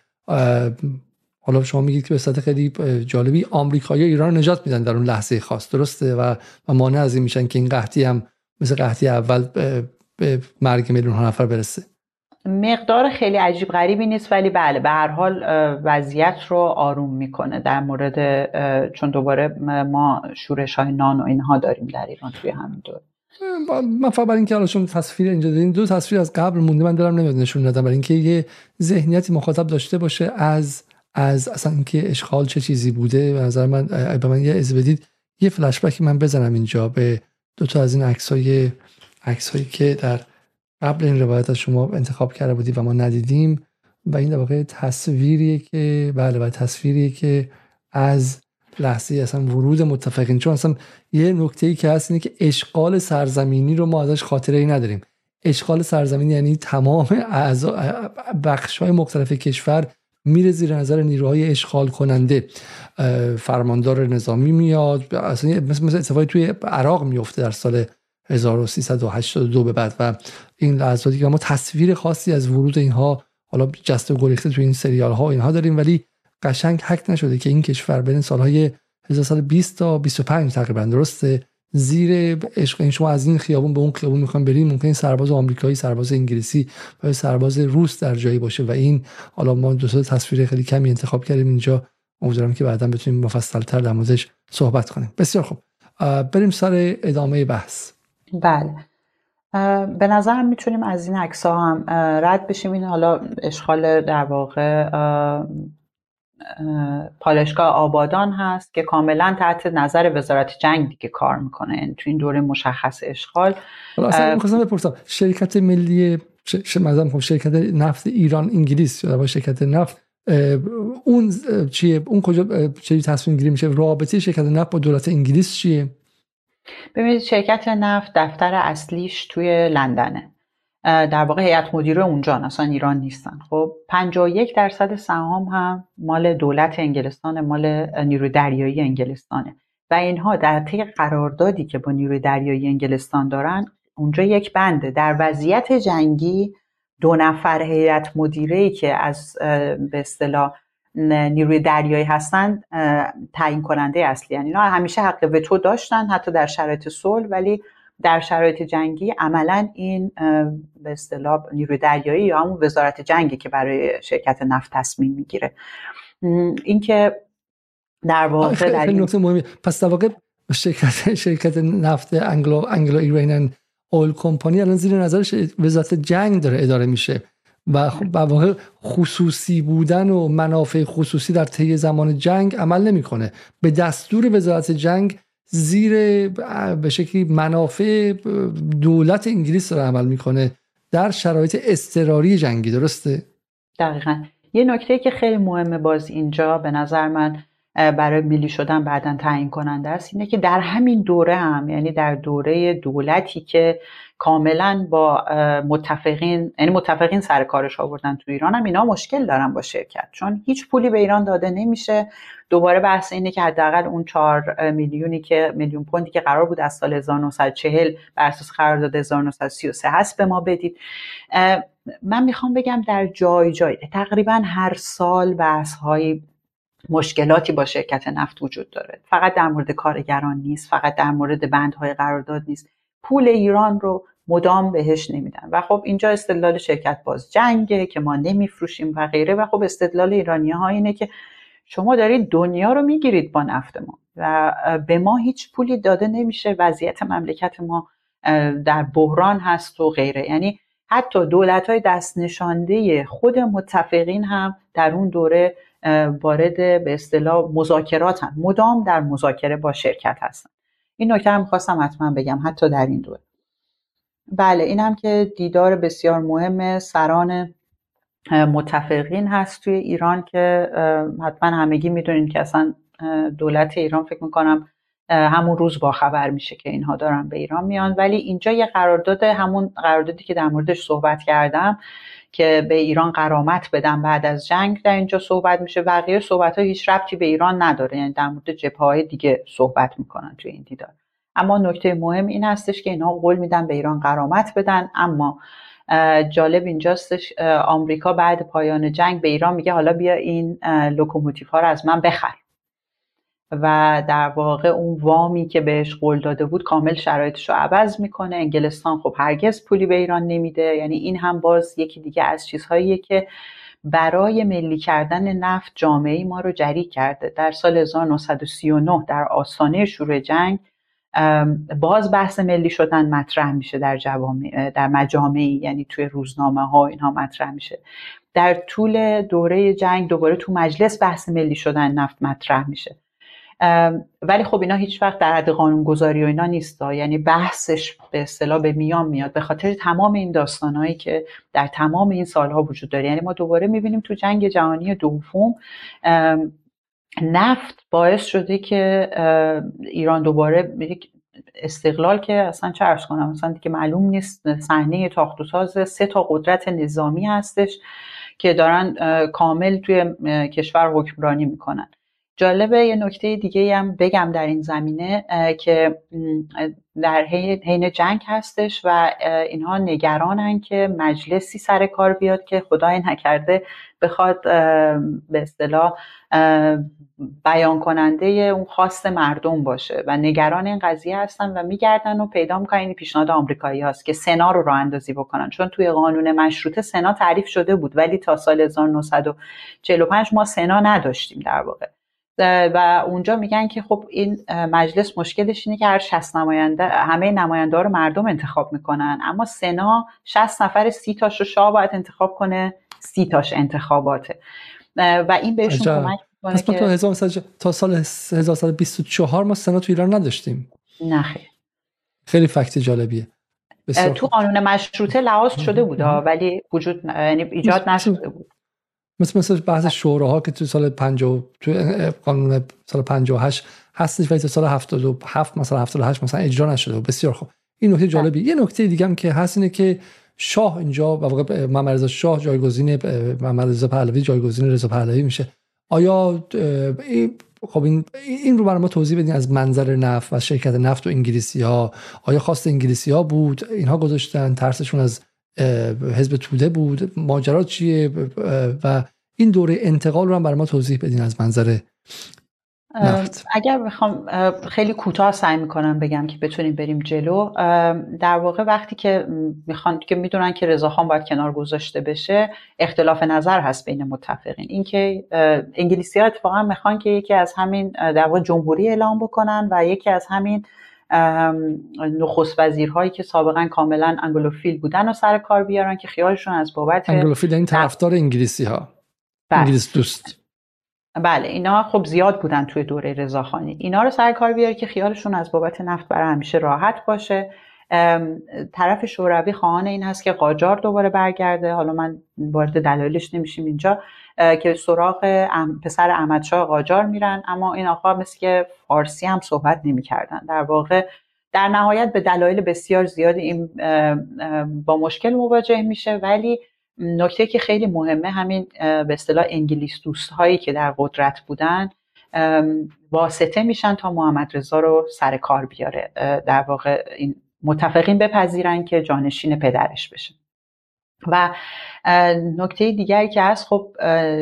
حالا شما میگید که به صورت خیلی جالبی آمریکایی ایران نجات میدن در اون لحظه خاص، درسته؟ و و مانع از این میشن که این قحطی هم مثل قحطی اول به مرگ میلیون ها نفر برسه. مقدار خیلی عجیب غریبی نیست، ولی بله به هر حال وضعیت رو آروم میکنه در مورد، چون دوباره ما شورش های نان و اینها داریم در ایران توی همین دوره. من فقط برای اینکه الان تصویر اینجا دادین، دو تصویر از قبل مونده من دارم نمیاد نشون ندم، برای اینکه یه ذهنیتی مخاطب داشته باشه از از اصلا اینکه اشغال چه چیزی بوده. به نظر من به من یه از بدید یه فلش بک من بزنم اینجا به دو تا از این عکسای عکسایی که در قبل این روایت از شما انتخاب کرده بودی و ما ندیدیم، و این در واقع تصویریه که بله و تصویریه که از لحظه اصلا ورود متفقین، چون اصلا یه نکته‌ای که هست اینه که اشغال سرزمینی رو ما ازش خاطره‌ای نداریم. اشغال سرزمینی یعنی تمام اعضا بخش‌های مختلف کشور میره زیر نظر نیروهای اشغال کننده، فرماندار نظامی میاد، اصلا مثل مثل اتفاقی توی عراق میفته در سال هزار و سیصد و هشتاد و دو به بعد، و این لحظاتی که ما تصویر خاصی از ورود اینها حالا جست و گریخته توی این سریال ها اینها داریم، ولی قشنگ حک نشده که این کشور بین سالهای هزار و سیصد و بیست تا بیست و پنج تقریبا درسته زیر عشق. این شما از این خیابون به اون خیابون میخوان برید، ممکن سرباز آمریکایی، سرباز انگلیسی و سرباز روس در جایی باشه، و این حالا ما دو تا تصویر خیلی کمی انتخاب کردیم اینجا، امیدوارم که بعدا بتونیم مفصل‌تر در موردش صحبت کنیم. بسیار خوب، بریم سر ادامه بحث. بله، به نظرم میتونیم از این عکس‌ها هم رد بشیم. این حالا اشغال در واقع پالایشگاه آبادان هست که کاملا تحت نظر وزارت جنگ دیگه کار میکنه، یعنی تو این دوره مشخص اشغال. حالا اصلا می‌خواستم بپرسم شرکت ملی ش... مثلا شرکت نفت ایران انگلیس یا شرکت نفت اون چیه؟ اون کجا چه تصمیم گیری میشه؟ رابطه شرکت نفت با دولت انگلیس چیه؟ ببینید شرکت نفت دفتر اصلیش توی لندنه، در واقع هیئت مدیره اونجا اصلا ایران نیستن. خب پنجاه و یک درصد سهام هم مال دولت انگلستان، مال نیروی دریایی انگلستانه، و اینها در طی قراردادی که با نیروی دریایی انگلستان دارن اونجا یک بنده در وضعیت جنگی دو نفر هیئت مدیره‌ای که از به اصطلاح نیروی دریایی هستن تعیین کننده اصلی، یعنی اینا همیشه حق وتو داشتن حتی در شرایط صلح، ولی در شرایط جنگی عملا این به اصطلاح نیروی دریایی یا همون وزارت جنگی که برای شرکت نفت تصمیم میگیره. این که در واقع در این نکته مهمه. پس در واقع شرکت شرکت نفت انگلو انگلو ایرانیان اول کمپانی الان زیر نظر وزارت جنگ داره اداره میشه، و در واقع خصوصی بودن و منافع خصوصی در طی زمان جنگ عمل نمیکنه، به دستور وزارت جنگ زیر به شکلی منافع دولت انگلیس داره عمل میکنه در شرایط اضطراری جنگی. درسته؟ دقیقاً. یه نکته که خیلی مهمه باز اینجا به نظر من برای ملی شدن بعداً تعیین کننده است اینه که در همین دوره هم، یعنی در دوره دولتی که کاملا با متفقین، یعنی متفقین سر کارش آوردن تو ایران، هم اینا مشکل دارن با شرکت، چون هیچ پولی به ایران داده نمیشه. دوباره بحث اینه که حداقل اون چهار میلیونی که میلیون پوندی که قرار بود از سال هزار و نهصد و چهل بر اساس قرارداد هزار و نهصد و سی و سه هست به ما بدید. من میخوام بگم در جای جای تقریبا هر سال بحث‌های مشکلاتی با شرکت نفت وجود داره، فقط در مورد کارگران نیست، فقط در مورد بندهای قرارداد نیست، پول ایران رو مدام بهش نمیدن و خب اینجا استدلال شرکت باز جنگه که ما نمیفروشیم و غیره، و خب استدلال ایرانی‌ها اینه که شما دارید دنیا رو میگیرید با نفت ما و به ما هیچ پولی داده نمیشه، وضعیت مملکت ما در بحران هست و غیره. یعنی حتی دولت‌های دست نشانده خود متفقین هم در اون دوره وارد به اصطلاح مذاکرات هم مدام در مذاکره با شرکت هستن. این نکته هم می‌خواستم حتما بگم حتی در این دوره. بله، این هم که دیدار بسیار مهم سران متفقین هست توی ایران که حتما همگی میدونین که اصلا دولت ایران فکر میکنم همون روز با خبر میشه که اینها دارن به ایران میان، ولی اینجا یه قرارداد، همون قراردادی که در موردش صحبت کردم که به ایران غرامت بدن بعد از جنگ، در اینجا صحبت میشه. بقیه صحبت‌ها هیچ ربطی به ایران نداره، یعنی در مورد جبهه‌های دیگه صحبت میکنن توی این دیدار. اما نکته مهم این هستش که اینها قول میدن به ایران غرامت بدن، اما جالب اینجاستش آمریکا بعد پایان جنگ به ایران میگه حالا بیا این لوکوموتیو ها رو از من بخر، و در واقع اون وامی که بهش قول داده بود کامل شرایطش رو عوض میکنه. انگلستان خب هرگز پولی به ایران نمیده. یعنی این هم باز یکی دیگه از چیزهاییه که برای ملی کردن نفت جامعه ما رو جری کرده. در سال هزار و نهصد و سی و نه در آستانه شروع جنگ باز بحث ملی شدن مطرح میشه در جوامع، در مجامعی، یعنی توی روزنامه ها اینها مطرح میشه. در طول دوره جنگ دوباره تو مجلس بحث ملی شدن نفت مطرح میشه. ولی خب اینا هیچ وقت در حد قانونگذاری و اینا نیست، یعنی بحثش به اصطلاح به میان میاد به خاطر تمام این داستانهایی که در تمام این سالها وجود داره. یعنی ما دوباره میبینیم تو جنگ جهانی دوم نفت باعث شده که ایران دوباره یک استقلال که اصلا چه عرض کنم، اصلا دیگه معلوم نیست، صحنه تاخت و تاز سه تا قدرت نظامی هستش که دارن کامل توی کشور حکمرانی میکنن. جالبه یه نکته دیگه هم بگم در این زمینه که در حین جنگ هستش و اینها نگرانن که مجلسی سر کار بیاد که خدای نکرده بخواد به اصطلاح بیان کننده اون خواست مردم باشه و نگران این قضیه هستن و میگردن و پیدا میکنن این پیشنهاد آمریکایی هست که سنا رو راه اندازی بکنن، چون توی قانون مشروطه سنا تعریف شده بود ولی تا سال هزار و نهصد و چهل و پنج ما سنا نداشتیم در واقع. و اونجا میگن که خب این مجلس مشکلش اینه که هر شصت نماینده همه نماینده‌ها رو مردم انتخاب میکنن، اما سنا شصت نفر سی تاش رو شاه باید انتخاب کنه، سی تاش انتخاباته و این بهشون عجب. کمک میکنه پس ما که تا, هزار و نهصد تا سال هزار و سیصد و بیست و چهار ما سنا تو ایران نداشتیم. نه خیلی خیلی فکت جالبیه. تو قانون مشروطه لحاظ شده بود ولی وجود یعنی ایجاد نشده بود. مثل مثل بحث شوراها که تو سال پنجاه تو قانون سال پنجاه و هشت هستش ولی تو سال هفتاد و هفت مثلا هفتاد و هشت مثلا اجرا نشده. بسیار خوب. این نکته جالبی. یه نکته دیگه هم که هست اینه که شاه اینجا و واقعا محمد رضا شاه جایگزین محمد رضا پهلوی جایگزین رضا پهلوی میشه. آیا خب این این رو برای ما توضیح بدین از منظر نفت و شرکت نفت و انگلیسی‌ها. آیا خواست انگلیسی‌ها بود اینها گذاشتن، ترسشون از حزب توده بود، ماجرا چیه و این دوره انتقال رو هم برای ما توضیح بدین از منظر نفت. اگر بخوام خیلی کوتاه سعی میکنم بگم که بتونیم بریم جلو. در واقع وقتی که میخوان که میدونن که رضاخان باید کنار گذاشته بشه، اختلاف نظر هست بین متفقین. اینکه انگلیسی‌ها اتفاقا میخوان که یکی از همین در واقع جمهوری اعلام بکنن و یکی از همین نخست وزیرهایی که سابقا کاملا انگلوفیل بودن و سر کار بیارن که خیالشون از بابت انگلوفیل این طرفدار انگلیسی‌ها، انگلیس دوست. بله اینا خب زیاد بودن توی دوره رضاخانی. اینا رو سر کار بیاره که خیالشون از بابت نفت برای همیشه راحت باشه. طرف شوروی خواهان این هست که قاجار دوباره برگرده. حالا من وارد دلایلش نمیشیم اینجا، که سراغ پسر احمدشاه قاجار میرن، اما این آقا مثل که فارسی هم صحبت نمی‌کردن. در واقع در نهایت به دلایل بسیار زیادی این با مشکل مواجه میشه. ولی نکته که خیلی مهمه همین به اصطلاح انگلیس دوست هایی که در قدرت بودن واسطه میشن تا محمد رضا رو سر کار بیاره، در واقع این متفقین بپذیرن که جانشین پدرش بشه. و نکته دیگری که هست خب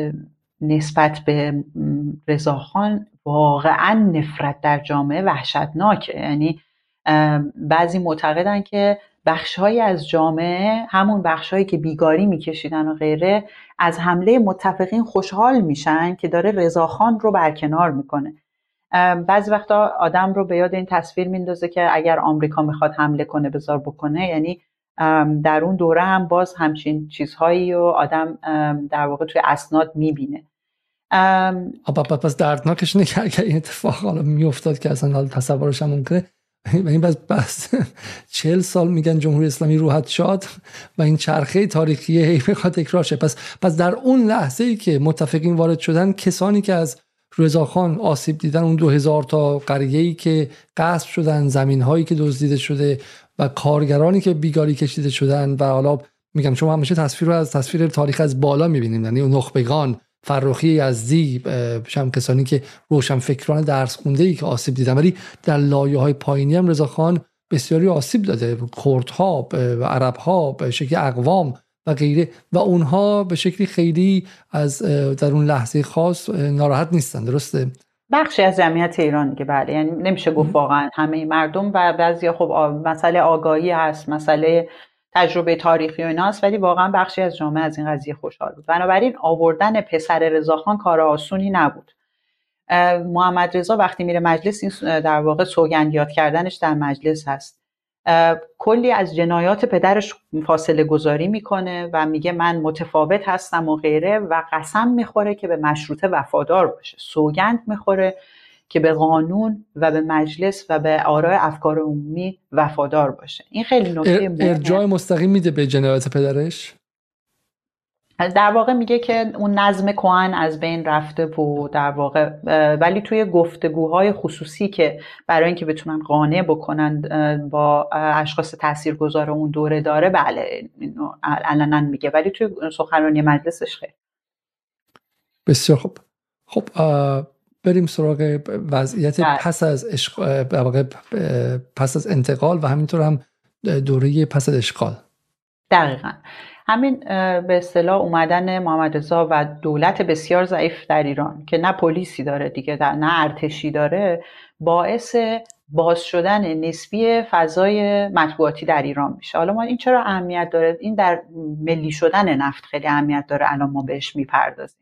نسبت به رضاخان واقعا نفرت در جامعه وحشتناکه. یعنی بعضی معتقدن که بخش‌هایی از جامعه، همون بخش‌هایی که بیگاری می‌کشیدن و غیره، از حمله متفقین خوشحال میشن که داره رضاخان رو برکنار میکنه. بعضی وقتا آدم رو به یاد این تصویر میندازه که اگر آمریکا میخواد حمله کنه بذار بکنه. یعنی در اون دوره هم باز همچین چیزهایی رو آدم در واقع توی اسناد میبینه. پس دردناکش اینه که اگر این اتفاق حالا میافتاد که اصلا حالا تصورش هم ممکنه، و این بس بس چهل سال میگن جمهوری اسلامی روحت شاد و این چرخه تاریخی هی میخواد تکرار شه. پس پس در اون لحظه ای که متفقین وارد شدن، کسانی که از رضاخان آسیب دیدن، اون دو هزار تا قریه‌ای که غصب شدن، زمین‌هایی که دزدیده شده و کارگرانی که بیگاری کشیده شدن، و حالا میگم شما همیشه تصویر رو از تصویر تاریخ از بالا میبینیم، یعنی اون نخبگان، فرخی یزدی، هم کسانی که روشن فکران درس خونده‌ای که آسیب دیدن، ولی در لایه‌های پایینی هم رضاخان بسیاری آسیب داده، کردها، عرب‌ها به شکل اقوام و غیره، و اونها به شکلی خیلی از در اون لحظه خاص ناراحت نیستن. درسته؟ بخشی از جمعیت ایران دیگه. بله، یعنی نمیشه گفت واقعا همه مردم، و بعضیا خب مسئله آگاهی هست، مسئله تجربه تاریخی و اینا هست، ولی واقعا بخشی از جامعه از این قضیه خوشحال بود. بنابراین آوردن پسر رضاخان کار آسونی نبود محمد رضا وقتی میره مجلس این در واقع سوگند یاد کردنش در مجلس هست. کلی از جنایات پدرش فاصله گذاری میکنه و میگه من متفاوت هستم و غیره و قسم میخوره که به مشروطه وفادار باشه، سوگند میخوره که به قانون و به مجلس و به آراء افکار عمومی وفادار باشه. این خیلی نکته مهمه. ارجاع مستقیم میده به جنایات پدرش. در واقع میگه که اون نظم کهن از بین رفته و در واقع ولی توی گفتگوهای خصوصی که برای اینکه بتونن قانع بکنن با اشخاص تاثیرگذار اون دوره داره، بله اینو علنا میگه، ولی توی سخنرانی مجلسش خیلی. بسیار خوب. خب بریم سراغ وضعیت ده. پس از اشغال، در واقع پس از انتقال و همینطور هم دوره پس از اشغال. دقیقاً همین به اصطلاح اومدن محمد رضا و دولت بسیار ضعیف در ایران که نه پلیسی داره دیگه، نه ارتشی داره، باعث باز شدن نسبی فضای مطبوعاتی در ایران میشه. حالا ما این چرا اهمیت داره؟ این در ملی شدن نفت خیلی اهمیت داره، الان ما بهش میپردازیم.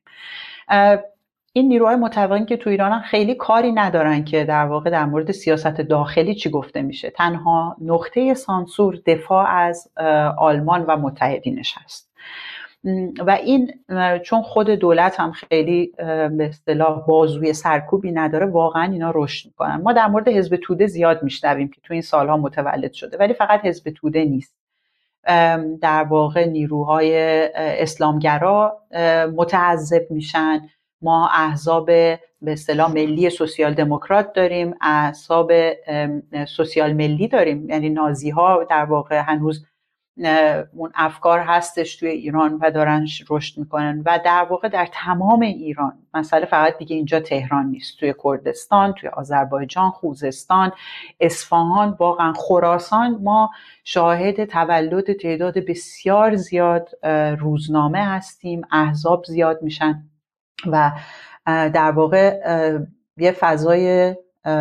این نیروهای متفقین که تو ایران خیلی کاری ندارن که در واقع در مورد سیاست داخلی چی گفته میشه. تنها نقطه سانسور دفاع از آلمان و متحدینش هست و این چون خود دولت هم خیلی به اصطلاح بازوی سرکوبی نداره، واقعا اینا رشد میکنن. ما در مورد حزب توده زیاد میشنویم که تو این سالها متولد شده، ولی فقط حزب توده نیست. در واقع نیروهای اسلامگرا متعذب میشن. ما احزاب به اصطلاح ملی سوسیال دموکرات داریم، احزاب سوسیال ملی داریم، یعنی نازی ها در واقع هنوز اون افکار هستش توی ایران و دارن رشد میکنن و در واقع در تمام ایران، مسئله فقط دیگه اینجا تهران نیست، توی کردستان، توی آذربایجان، خوزستان، اصفهان، واقعا خراسان، ما شاهد تولد تعداد بسیار زیاد روزنامه هستیم، احزاب زیاد میشن و در واقع یه فضای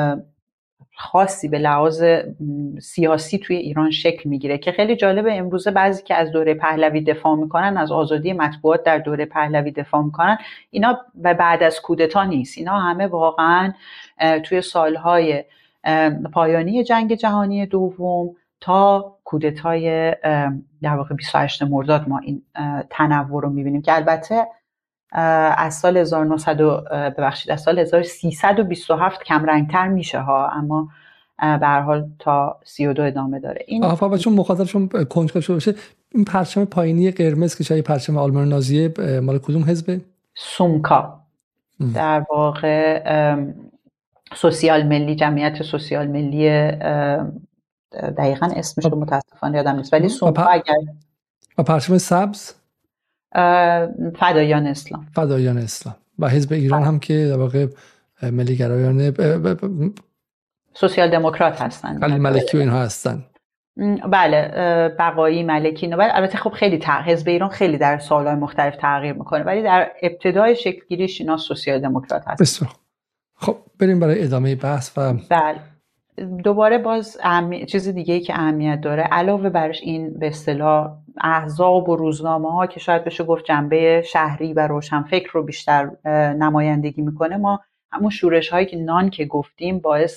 خاصی به لحاظ سیاسی توی ایران شکل میگیره که خیلی جالبه. امروزه بعضی که از دوره پهلوی دفاع میکنن، از آزادی مطبوعات در دوره پهلوی دفاع میکنن، اینا و بعد از کودتا نیست، اینا همه واقعا توی سالهای پایانی جنگ جهانی دوم تا کودتای در واقع بیست و هشتم مرداد ما این تنوع رو میبینیم که البته از سال هزار و نهصد ببخشید از سال هزار و سیصد و بیست و هفت کم رنگتر میشه ها، اما به هر حال تا سی و دو ادامه داره. این آها چون مخاطبشون کنجکاو شده باشه، این پرچم پایینی قرمز که شاید پرچم آلمان نازیه مال کدوم حزبه؟ سومکا. در واقع سوسیال ملی، جمعیت سوسیال ملی، دقیقاً اسمش رو متاسفانه یادم نیست، ولی سومکا. اگر و پرچم سبز فدایان اسلام. فدایان اسلام و حزب ایران هم که در واقع ملی گرایانه سوسیال دموکرات هستن، خلیل ملکی و اینها هستن. بله، بقایی، ملکی. ولی البته خب خیلی تغییر، حزب ایران خیلی در سالهای مختلف تغییر میکنه، ولی در ابتدای شکل گیریش اینا سوسیال دموکرات هستن. بسیار خب بریم برای ادامه بحث. و بله دوباره باز اهمی... چیز دیگه‌ای که اهمیت داره علاوه برش این به اصطلاح احزاب و روزنامه‌ها که شاید بشه گفت جنبه شهری و روشنفکر رو بیشتر نمایندگی میکنه، ما همون شورش هایی که نان که گفتیم باعث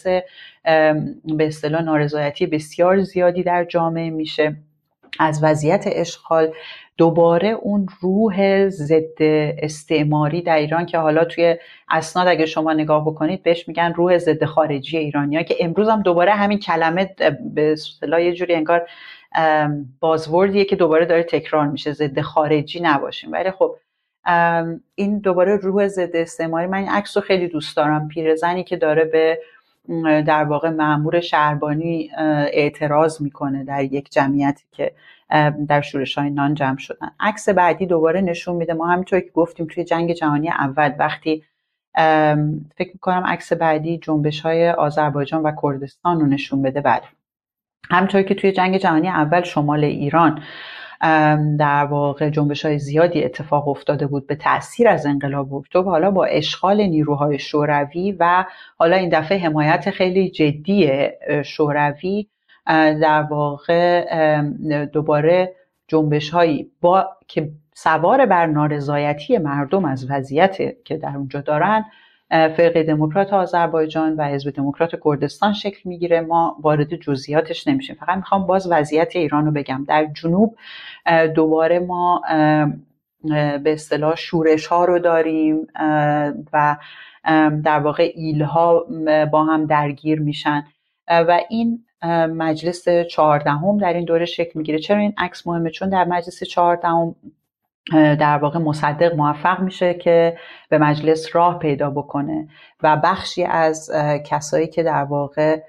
به اصطلاح نارضایتی بسیار زیادی در جامعه میشه از وضعیت اشغال. دوباره اون روح ضد استعماری در ایران که حالا توی اسناد اگه شما نگاه بکنید بهش میگن روح ضد خارجی ایرانی‌ها، که امروز هم دوباره همین کلمه به اصطلاح یه جوری انگار بازوردیه که دوباره داره تکرار میشه، ضد خارجی نباشیم. ولی خب این دوباره روح ضد استعماری، من این عکس رو خیلی دوست دارم، پیرزنی که داره به در واقع مأمور شهربانی اعتراض میکنه در یک جمعیتی که در شورش‌های نان جمع شدن. عکس بعدی دوباره نشون میده ما همینطور که گفتیم توی جنگ جهانی اول وقتی فکر میکنم عکس بعدی جنبش‌های آذربایجان و کردستان رو نشون بده. بله همینطور که توی جنگ جهانی اول شمال ایران در واقع جنبش‌های زیادی اتفاق افتاده بود به تأثیر از انقلاب اکتبر، حالا با اشغال نیروهای شوروی و حالا این دفعه حمایت خیلی جدی شوروی در واقع دوباره جنبش‌هایی با که سوار بر نارضایتی مردم از وضعیت که در اونجا دارن فرقه دموکرات آذربایجان و حزب دموکرات کردستان شکل میگیره. ما وارد جزئیاتش نمیشیم، فقط میخوام باز وضعیت ایران رو بگم. در جنوب دوباره ما به اصطلاح شورش ها رو داریم و در واقع ایلها با هم درگیر میشن و این مجلس چهاردهم در این دوره شکل میگیره. چرا این عکس مهمه؟ چون در مجلس چهاردهم در واقع مصدق موفق میشه که به مجلس راه پیدا بکنه و بخشی از کسایی که در واقع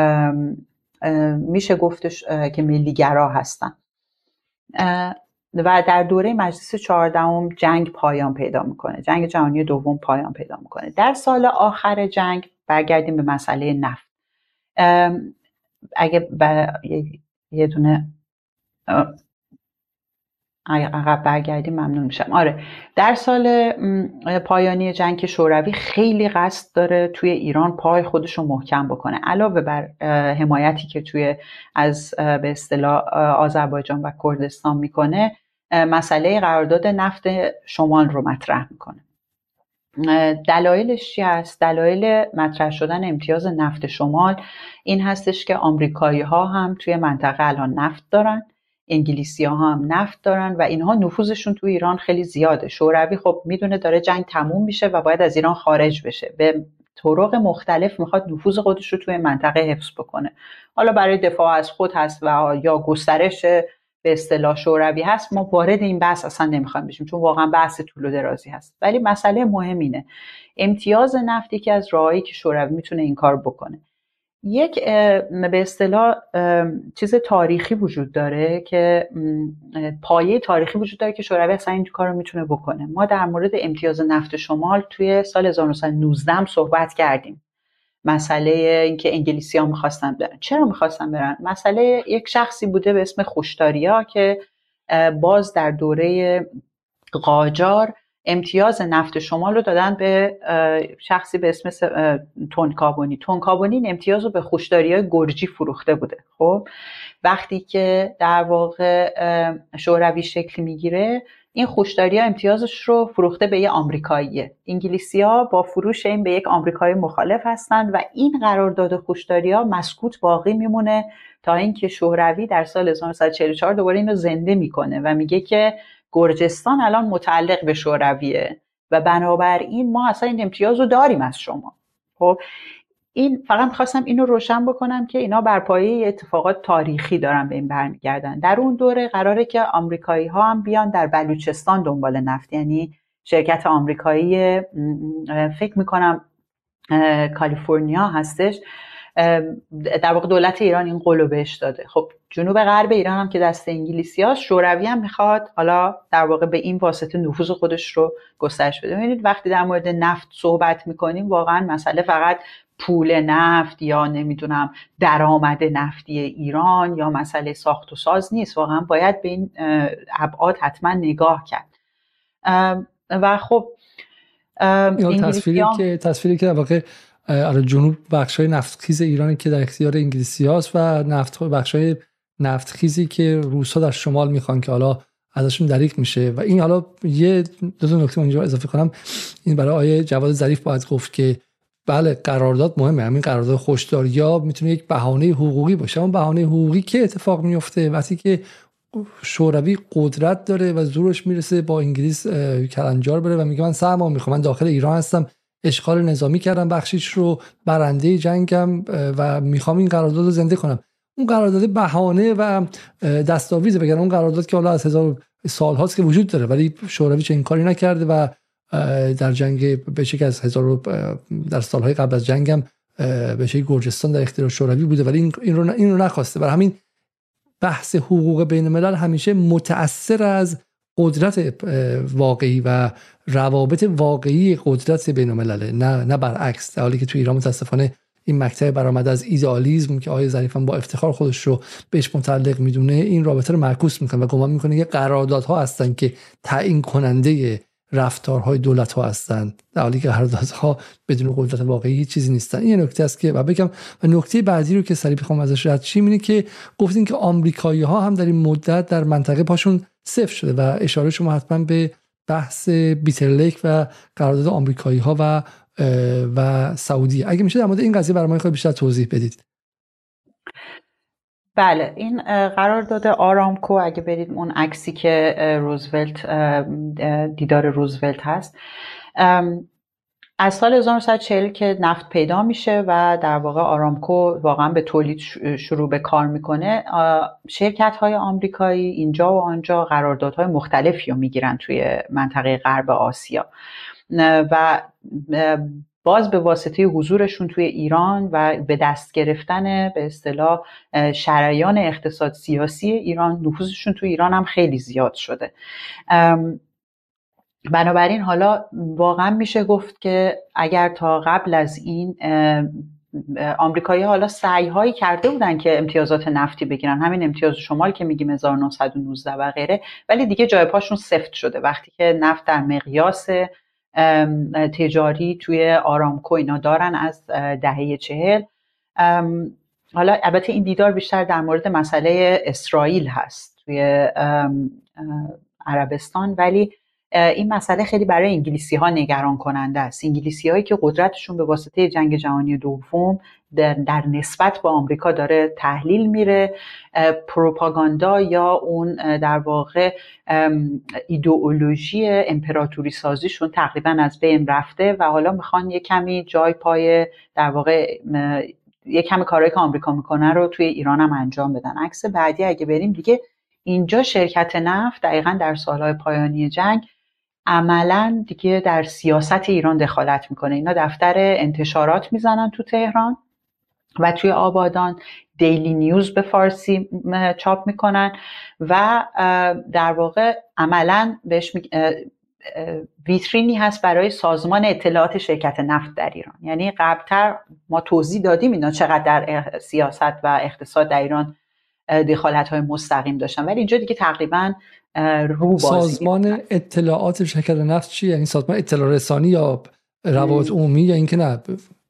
میشه گفتش که ملیگرا هستن و در دوره مجلس چهاردهم جنگ پایان پیدا میکنه، جنگ جهانی دوم پایان پیدا میکنه. در سال آخر جنگ برگردیم به مسئله نفت. اگه یه دونه عقب برگردیم ممنون میشم. آره، در سال پایانی جنگ شوروی خیلی قصد داره توی ایران پای خودش رو محکم بکنه، علاوه بر حمایتی که توی از به اصطلاح آذربایجان و کردستان میکنه، مسئله قرارداد نفت شمال رو مطرح میکنه. دلایلش چی هست؟ دلایل مطرح شدن امتیاز نفت شمال این هستش که آمریکایی ها هم توی منطقه الان نفت دارن، انگلیسی ها هم نفت دارن و اینها نفوذشون توی ایران خیلی زیاده. شوروی خب میدونه داره جنگ تموم میشه و باید از ایران خارج بشه، به طرق مختلف میخواد نفوذ خودش رو توی منطقه حفظ بکنه. حالا برای دفاع از خود هست و یا گسترش به اصطلاح شوروی هست. ما وارد این بحث اصلا نمیخوایم بشیم چون واقعا بحث طول و درازی هست، ولی مسئله مهم اینه امتیاز نفتی که از راهایی که شوروی میتونه این کار بکنه. یک به اصطلاح چیز تاریخی وجود داره که پایه تاریخی وجود داره که شوروی اصلا این کار رو میتونه بکنه. ما در مورد امتیاز نفت شمال توی سال هزار و نهصد و نوزده هم صحبت کردیم. مسئله اینکه انگلیسی ها میخواستن برن. چرا میخواستن برن؟ مسئله یک شخصی بوده به اسم خوشتاریا که باز در دوره قاجار امتیاز نفت شمال رو دادن به شخصی به اسم تونکابونی. تونکابونی این امتیاز رو به خوشتاریای گرجی فروخته بوده. خب وقتی که در واقع شوروی شکل میگیره، این خوشتاریا امتیازش رو فروخته به یه آمریکاییه. انگلیسی‌ها با فروش این به یک آمریکایی مخالف هستن و این قرارداد خوشتاریا مسکوت باقی میمونه تا اینکه شوروی در سال هزار و نهصد و چهل و چهار دوباره اینو زنده میکنه و میگه که گرجستان الان متعلق به شورویه و بنابراین ما اصلا این امتیاز رو داریم از شما. خب این فقط خواستم اینو روشن بکنم که اینا بر پایه اتفاقات تاریخی دارن به این برمیگردن. در اون دوره قراره که آمریکایی ها هم بیان در بلوچستان دنبال نفت، یعنی شرکت آمریکایی فکر میکنم کالیفرنیا هستش، در واقع دولت ایران این قولو بهش داده. خب جنوب غرب ایران هم که دست انگلیسی هاست، شوروی هم میخواد حالا در واقع به این واسطه نفوذ خودش رو گسترش بده. ببینید وقتی در مورد نفت صحبت میکنیم واقعا مسئله فقط پول نفت یا نمیدونم درآمد نفتی ایران یا مسئله ساخت و ساز نیست، واقعا باید به این ابعاد حتما نگاه کرد. و خب تصویری هم... که تصویری که در واقع آره جنوب بخشای نفتخیز ایرانی که در اختیار انگلیسی‌هاست و نفت بخشای نفتخیزی که روس‌ها در شمال میخوان که حالا ازشون دریغ میشه. و این حالا یه دو تا نکته اونجا اضافه کنم، این برای آیه جواد ظریف باید گفت که بله قرارداد مهمه، همین قرارداد خوشداریا میتونه یک بهانه حقوقی باشه، اما بهانه حقوقی که اتفاق میفته وقتی که شوروی قدرت داره و زورش میرسه با انگلیس کلنجار بره و میگه من سهم میخوام، من داخل ایران هستم، اشغال نظامی کردم بخشیش رو، برنده جنگم و میخوام این قرارداد رو زنده کنم. اون قرارداد بهانه و دستاویزه، بگن اون قرارداد که حالا از هزار سال هاست که وجود داره، ولی شوروی چه این کاری نکرده و در جنگ به شکل از هزار در سالهای قبل از جنگم به شکل گرجستان در اختیار شوروی بوده، ولی این این رو این رو نخواسته. برای همین بحث حقوق بین الملل همیشه متأثر از قدرت واقعی و روابط واقعی قدرت بین الملل، نه نه برعکس. در حالی که تو ایران متاسفانه این مکتب برآمده از ایدئالیسم که آقای ظریف با افتخار خودش رو بهش متعلق میدونه، این رابطه رو معکوس میکنه و گمان میکنه که قراردادها هستن که تعیین کننده رفتارهای دولت ها هستند، در حالی که قراردادها بدون قدرت واقعی چیزی نیستن. این یه نکته است که و بگم. و نکته بعدی رو که سریع بخوام ازش رد شیم اینه که گفتین که آمریکایی ها هم در این مدت در منطقه پاشون صفر شده و اشاره شما حتما به بحث بیتر لیک و قرارداد آمریکایی ها و و سعودی. اگه میشه در مورد این قضیه برای ما خیلی بیشتر توضیح بدید. بله، این قرارداد آرامکو اگه برید اون عکسی که روزولت دیدار روزولت هست، از سال هزار و نهصد و چهل که نفت پیدا میشه و در واقع آرامکو واقعا به تولید شروع به کار میکنه، شرکت های آمریکایی اینجا و آنجا قراردادهای مختلفی رو میگیرن توی منطقه غرب آسیا و باز به واسطه حضورشون توی ایران و به دست گرفتن به اصطلاح شریان اقتصاد سیاسی ایران، نفوذشون توی ایران هم خیلی زیاد شده. بنابراین حالا واقعا میشه گفت که اگر تا قبل از این آمریکایی حالا سعی هایی کرده بودن که امتیازات نفتی بگیرن، همین امتیاز شمال که میگیم هزار و نهصد و نوزده و غیره، ولی دیگه جای پاشون سفت شده وقتی که نفت در مقیاس تجاری توی آرامکو اینا دارن از دهه چهل. حالا البته این دیدار بیشتر در مورد مسئله اسرائیل هست توی عربستان، ولی این مسئله خیلی برای انگلیسی ها نگران کننده است. انگلیسی هایی که قدرتشون به واسطه جنگ جهانی دوم در, در نسبت با آمریکا داره تحلیل میره، پروپاگاندا یا اون در واقع ایدئولوژی امپراتوری سازیشون تقریبا از بین رفته و حالا میخوان یه کمی جای پای در واقع یه کمی کارهایی که آمریکا میکنه رو توی ایران هم انجام بدن. عکس بعدی اگه بریم دیگه، اینجا شرکت نفت دقیقاً در سالهای پایانی جنگ عملاً دیگه در سیاست ایران دخالت میکنه. اینا دفتر انتشارات میزنن تو تهران و توی آبادان دیلی نیوز به فارسی چاپ میکنن و در واقع عملاً بهش می... ویترینی هست برای سازمان اطلاعات شرکت نفت در ایران. یعنی قبلتر ما توضیح دادیم اینا چقدر در سیاست و اقتصاد در ایران دخالت‌های مستقیم داشتن، ولی اینجا دیگه تقریباً رو بازی. سازمان اطلاعات شرکت نفت چیه؟ یعنی سازمان اطلاع رسانی یا روابط عمومی یا اینکه نه؟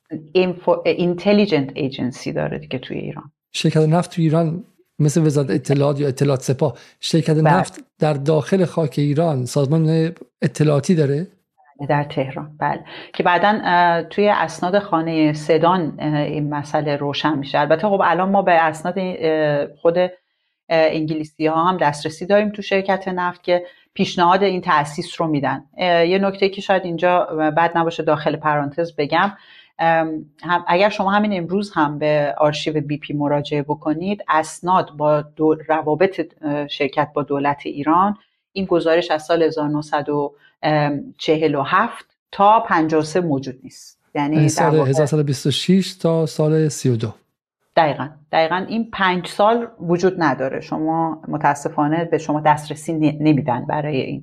اینتلیجنت ایجنسی داره دیگه توی ایران. شرکت نفت توی ایران مثل وزارت اطلاعات یا اطلاعات سپاه، شرکت بله. نفت در داخل خاک ایران سازمان اطلاعاتی داره؟ در تهران، بله، که بعداً توی اسناد خانه سدان این مسئله روشن میشه. البته خب الان ما به اسناد خود انگلیسی ها هم دسترسی داریم تو شرکت نفت که پیشنهاد این تأسیس رو میدن. یه نکته که شاید اینجا بد نباشه داخل پرانتز بگم، هم اگر شما همین امروز هم به آرشیو بی پی مراجعه بکنید، اسناد با روابط شرکت با دولت ایران، این گزارش از سال هزار و نهصد و چهل و هفت تا پنجاه و سه موجود نیست. یعنی سال هزار و نهصد و بیست و شش تا سال سی و دو. دقیقاً دقیقاً این پنج سال وجود نداره. شما متاسفانه به شما دسترسی نمیدن برای این،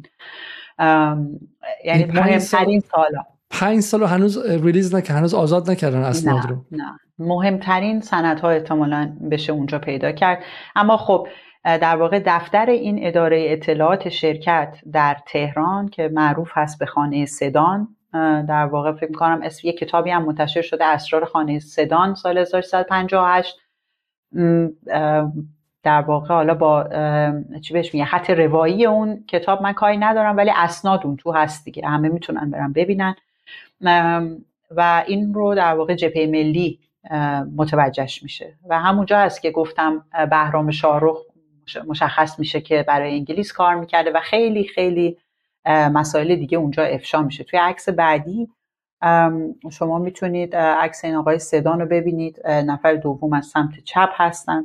یعنی مهمترین سالا پنج سال هنوز ریلیز نکردن، هنوز آزاد نکردن اسناد رو. نه نه مهمترین سندها احتمالاً بشه اونجا پیدا کرد. اما خب در واقع دفتر این اداره اطلاعات شرکت در تهران که معروف هست به خانه سدان، در واقع فکر می‌کنم اسم یک کتابی هم منتشر شده، اسرار خانه سدان، سال هزار و سیصد و پنجاه و هشت. در واقع حالا با چی بهش میگه خط روایی اون کتاب من کاری ندارم، ولی اسناد اون تو هست دیگه، همه میتونن برن ببینن و این رو در واقع جبهه ملی متوجهش میشه و همونجا هست که گفتم بهرام شاهرخ مشخص میشه که برای انگلیس کار میکرده و خیلی خیلی مسائل دیگه اونجا افشا میشه. توی عکس بعدی شما میتونید عکس این آقای سدان رو ببینید، نفر دوم از سمت چپ هستن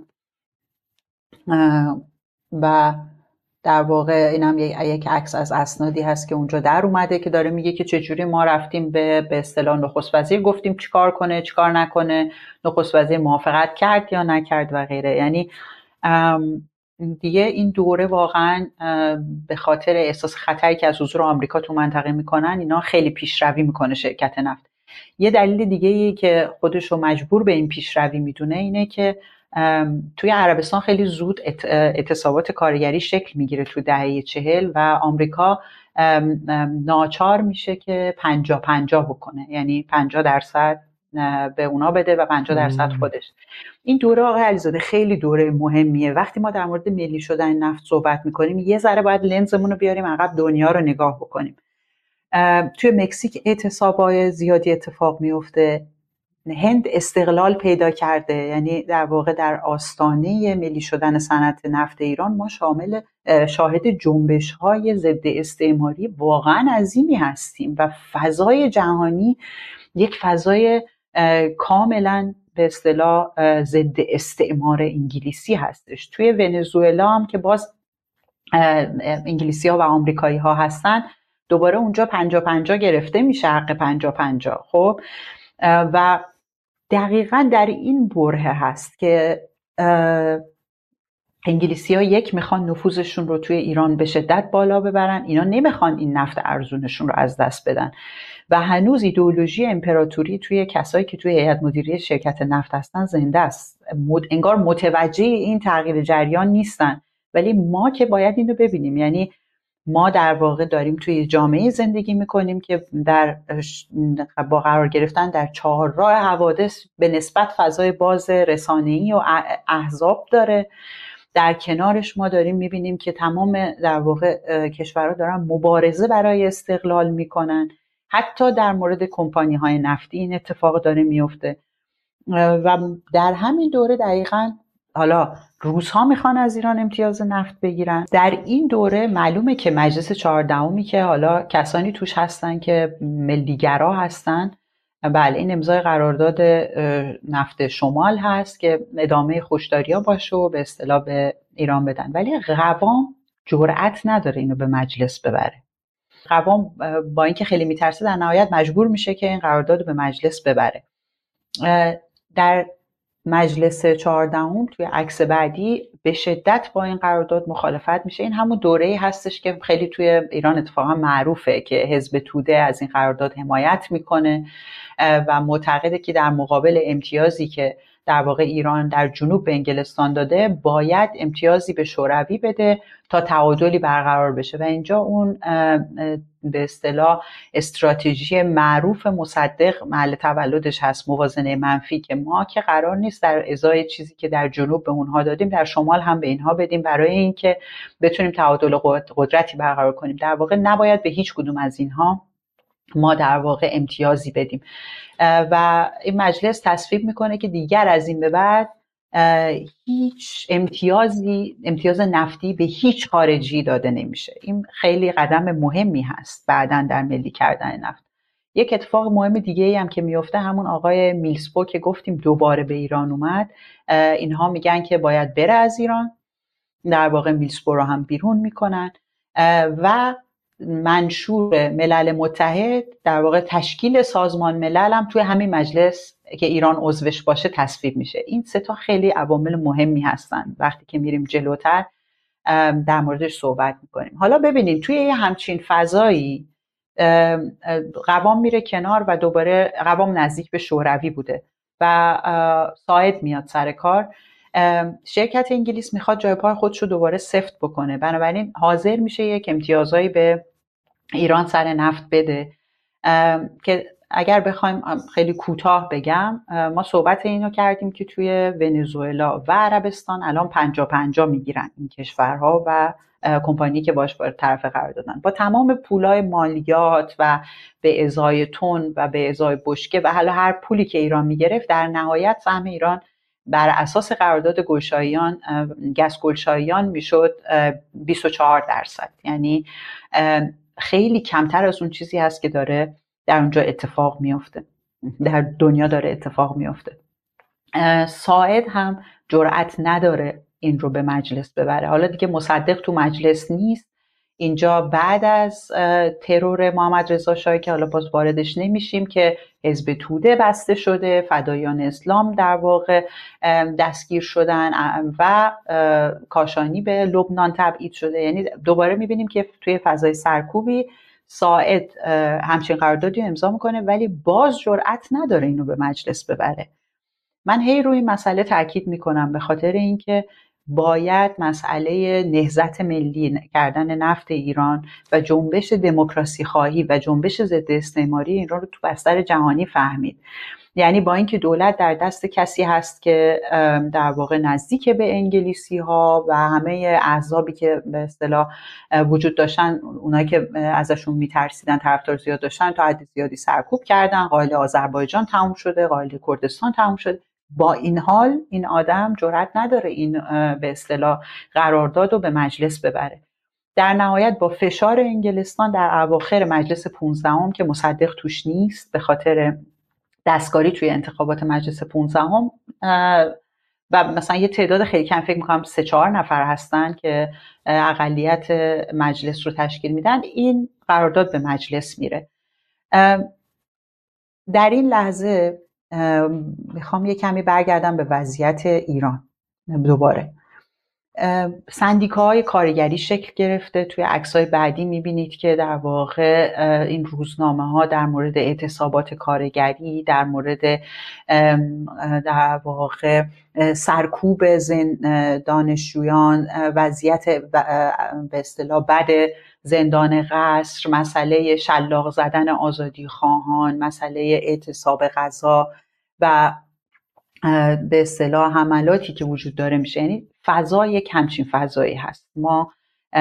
و در واقع این هم یک عکس از اسنادی هست که اونجا در اومده که داره میگه که چجوری ما رفتیم به به اصطلاح نخست وزیر گفتیم چیکار کنه چیکار نکنه، نخست وزیر موافقت کرد یا نکرد و غیره. یعنی دیگه این دوره واقعا به خاطر احساس خطری که از حضور آمریکا تو منطقه میکنن اینا خیلی پیشروی میکنه شرکت نفت. یه دلیل دیگه ای که خودشو مجبور به این پیشروی میدونه اینه که توی عربستان خیلی زود اعتصابات کارگری شکل میگیره تو دهه چهل و آمریکا ناچار میشه که پنجاه پنجاه بکنه، یعنی پنجاه درصد به اونا بده و پنجاه درصد خودش. این دوره آقای علیزاده خیلی دوره مهمیه. وقتی ما در مورد ملی شدن نفت صحبت میکنیم یه ذره باید لنزمون رو بیاریم عقب، دنیا رو نگاه بکنیم. توی مکزیک اعتصابای زیادی اتفاق میفته. هند استقلال پیدا کرده، یعنی در واقع در آستانه ملی شدن صنعت نفت ایران ما شامل شاهد جنبش‌های ضد استعماری واقعا عظیمی هستیم و فضای جهانی یک فضای کاملا به اصطلاح ضد استعمار انگلیسی هستش. توی ونزوئلا هم که باز انگلیسی‌ها و آمریکایی‌ها هستن، دوباره اونجا پنجاه پنجاه گرفته میشه، حق پنجاه پنجاه. خب و دقیقاً در این بره هست که انگلیسی‌ها یک میخوان نفوذشون رو توی ایران به شدت بالا ببرن، اینا نمیخوان این نفت ارزونشون رو از دست بدن و هنوز ایدئولوژی امپراتوری توی کسایی که توی هیئت مدیره شرکت نفت هستن زنده است. انگار متوجه این تغییر جریان نیستن، ولی ما که باید اینو ببینیم. یعنی ما در واقع داریم توی جامعه زندگی میکنیم که در با قرار گرفتن در چهارراه حوادث به نسبت فضای باز رسانه‌ای و احزاب داره. در کنارش ما داریم میبینیم که تمام در واقع کشورها دارن مبارزه برای استقلال میکنن. حتی در مورد کمپانی‌های نفتی این اتفاق داره میفته و در همین دوره دقیقاً حالا روس‌ها میخوان از ایران امتیاز نفت بگیرن. در این دوره معلومه که مجلس چهاردهمی که حالا کسانی توش هستن که ملیگرا هستن، بله این امضای قرارداد نفت شمال هست که ادامه خوشداری‌ها باشه و به اصطلاح به ایران بدن، ولی قوام جرأت نداره اینو به مجلس ببره. قوام با اینکه خیلی میترسه در نهایت مجبور میشه که این قرارداد به مجلس ببره. در مجلس چهاردهم توی عکس بعدی به شدت با این قرارداد مخالفت میشه. این همون دوره‌ای هستش که خیلی توی ایران اتفاقا معروفه که حزب توده از این قرارداد حمایت میکنه و معتقده که در مقابل امتیازی که در واقع ایران در جنوب به انگلستان داده باید امتیازی به شوروی بده تا تعادلی برقرار بشه و اینجا اون به اصطلاح استراتژی معروف مصدق محل تولدش هست، موازنه منفی، که ما که قرار نیست در ازای چیزی که در جنوب به اونها دادیم در شمال هم به اینها بدیم برای اینکه بتونیم تعادل قدرتی برقرار کنیم. در واقع نباید به هیچ کدوم از اینها ما در واقع امتیازی بدیم و این مجلس تصویب میکنه که دیگر از این به بعد هیچ امتیازی امتیاز نفتی به هیچ خارجی داده نمیشه. این خیلی قدم مهمی هست بعداً در ملی کردن نفت. یک اتفاق مهم دیگه ای هم که میفته، همون آقای میلسپو که گفتیم دوباره به ایران اومد، اینها میگن که باید بره از ایران، در واقع میلسپو رو هم بیرون میکنن و منشور ملل متحد در واقع تشکیل سازمان ملل هم توی همین مجلس که ایران عضوش باشه تصویب میشه. این سه تا خیلی عوامل مهمی هستن وقتی که میریم جلوتر در موردش صحبت میکنیم. حالا ببینید توی یه همچین فضایی قوام میره کنار و دوباره قوام نزدیک به شوروی بوده و ساعد میاد سر کار. شرکت انگلیس میخواد جای پای خودش رو دوباره سفت بکنه، بنابراین حاضر میشه یک امتیازایی به ایران سر نفت بده که اگر بخوایم خیلی کوتاه بگم ما صحبت اینو کردیم که توی ونزوئلا و عربستان الان پنجاه پنجاه میگیرن این کشورها و کمپانی که باش طرف قرار دادن با تمام پولای مالیات و به ازای تن و به ازای بشکه و حالا هر پولی که ایران میگرفت در نهایت سهم ایران بر اساس قرارداد گلشاییان گس گلشاییان میشد بیست و چهار درصد. یعنی خیلی کمتر از اون چیزی هست که داره در اونجا اتفاق میفته، در دنیا داره اتفاق میفته. ساعد هم جرأت نداره این رو به مجلس ببره. حالا دیگه مصدق تو مجلس نیست. اینجا بعد از ترور محمد رضا شاه که حالا باز واردش نمیشیم که حزب توده بسته شده، فدایان اسلام در واقع دستگیر شدن و کاشانی به لبنان تبعید شده. یعنی دوباره میبینیم که توی فضای سرکوبی ساعد همچین قراردادی امضا میکنه ولی باز جرأت نداره اینو به مجلس ببره. من هی روی مسئله تاکید میکنم به خاطر اینکه باید مسئله نهضت ملی کردن نفت ایران و جنبش دموکراسی خواهی و جنبش ضد استعماری ایران رو تو بستر جهانی فهمید. یعنی با اینکه دولت در دست کسی هست که در واقع نزدیک به انگلیسی ها و همه احزابی که به اصطلاح وجود داشتن، اونایی که ازشون میترسیدن، طرفدار زیاد داشتن، تا حد زیادی سرکوب کردن. قائل آذربایجان تموم شده، قائل کردستان تموم شده. با این حال این آدم جرئت نداره این به اصطلاح قرارداد رو به مجلس ببره. در نهایت با فشار انگلستان در اواخر مجلس پانزدهم که مصدق توش نیست به خاطر دستکاری توی انتخابات مجلس پانزدهم و مثلا یه تعداد خیلی کم، فکر میکنم سه چهار نفر هستن که اقلیت مجلس رو تشکیل میدن، این قرارداد به مجلس میره. در این لحظه میخوام یه کمی برگردم به وضعیت ایران دوباره. سندیکاهای کارگری شکل گرفته. توی عکس‌های بعدی میبینید که در واقع این روزنامه ها در مورد اعتصابات کارگری، در مورد در واقع سرکوب دانشجویان، وضعیت به اصطلاح بد زندان قصر، مسئله شلاق زدن آزادی خواهان، مسئله اعتصاب غذا و به اصطلاح حملاتی که وجود داره میشه. یعنی فضا یک همچین فضایی هست. ما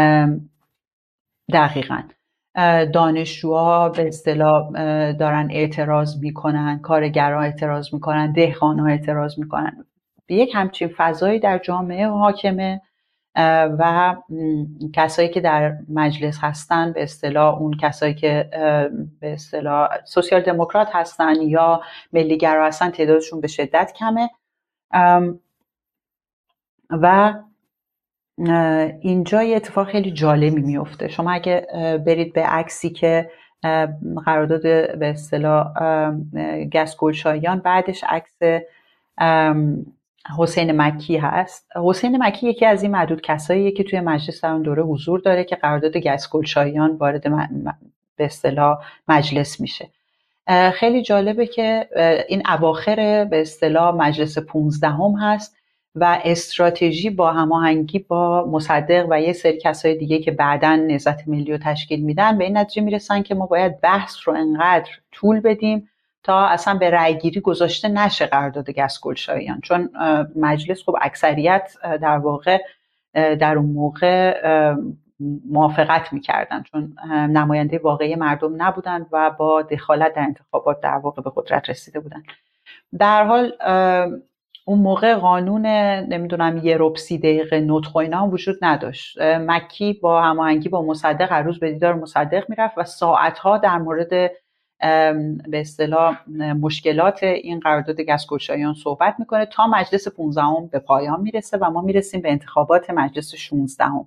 دقیقاً دانشجوها به اصطلاح دارن اعتراض میکنن، کارگرها اعتراض میکنن، دهقانها اعتراض میکنن. یک همچین فضایی در جامعه حاکمه و کسایی که در مجلس هستن، به اصطلاح اون کسایی که به اصطلاح سوسیال دموکرات هستن یا ملیگرا هستن، تعدادشون به شدت کمه. و اینجا یه اتفاق خیلی جالبی میفته. شما اگه برید به عکسی که قرارداد به اصطلاح گسگلشاییان، بعدش عکس حسین مکی هست. حسین مکی یکی از این معدود کساییه که توی مجلس در اون دوره حضور داره که قرارداد گسگلشاییان وارد به اصطلاح مجلس میشه. خیلی جالبه که این اواخر به اصطلاح مجلس پانزدهم هست و استراتژی با هماهنگی با مصدق و یه سری کسای دیگه که بعداً نهضت ملی رو تشکیل میدن به این نتیجه میرسن که ما باید بحث رو انقدر طول بدیم تا اصلا به رأی گیری گذاشته نشه قرارداد گسگلشاییان، چون مجلس خب اکثریت در واقع در اون موقع موافقت میکردن، چون نماینده واقعی مردم نبودن و با دخالت در انتخابات در واقع به قدرت رسیده بودن. در حال اون موقع قانون نمیدونم یه ربع سی دقیقه نطق و اینا وجود نداشت. مکی با هماهنگی با مصدق هر روز به دیدار مصدق میرفت و ساعتها در مورد به اصطلاح مشکلات این قرارداد گسگلشاییان صحبت میکنه تا مجلس پانزدهم به پایان میرسه و ما میرسیم به انتخابات مجلس شانزدهم.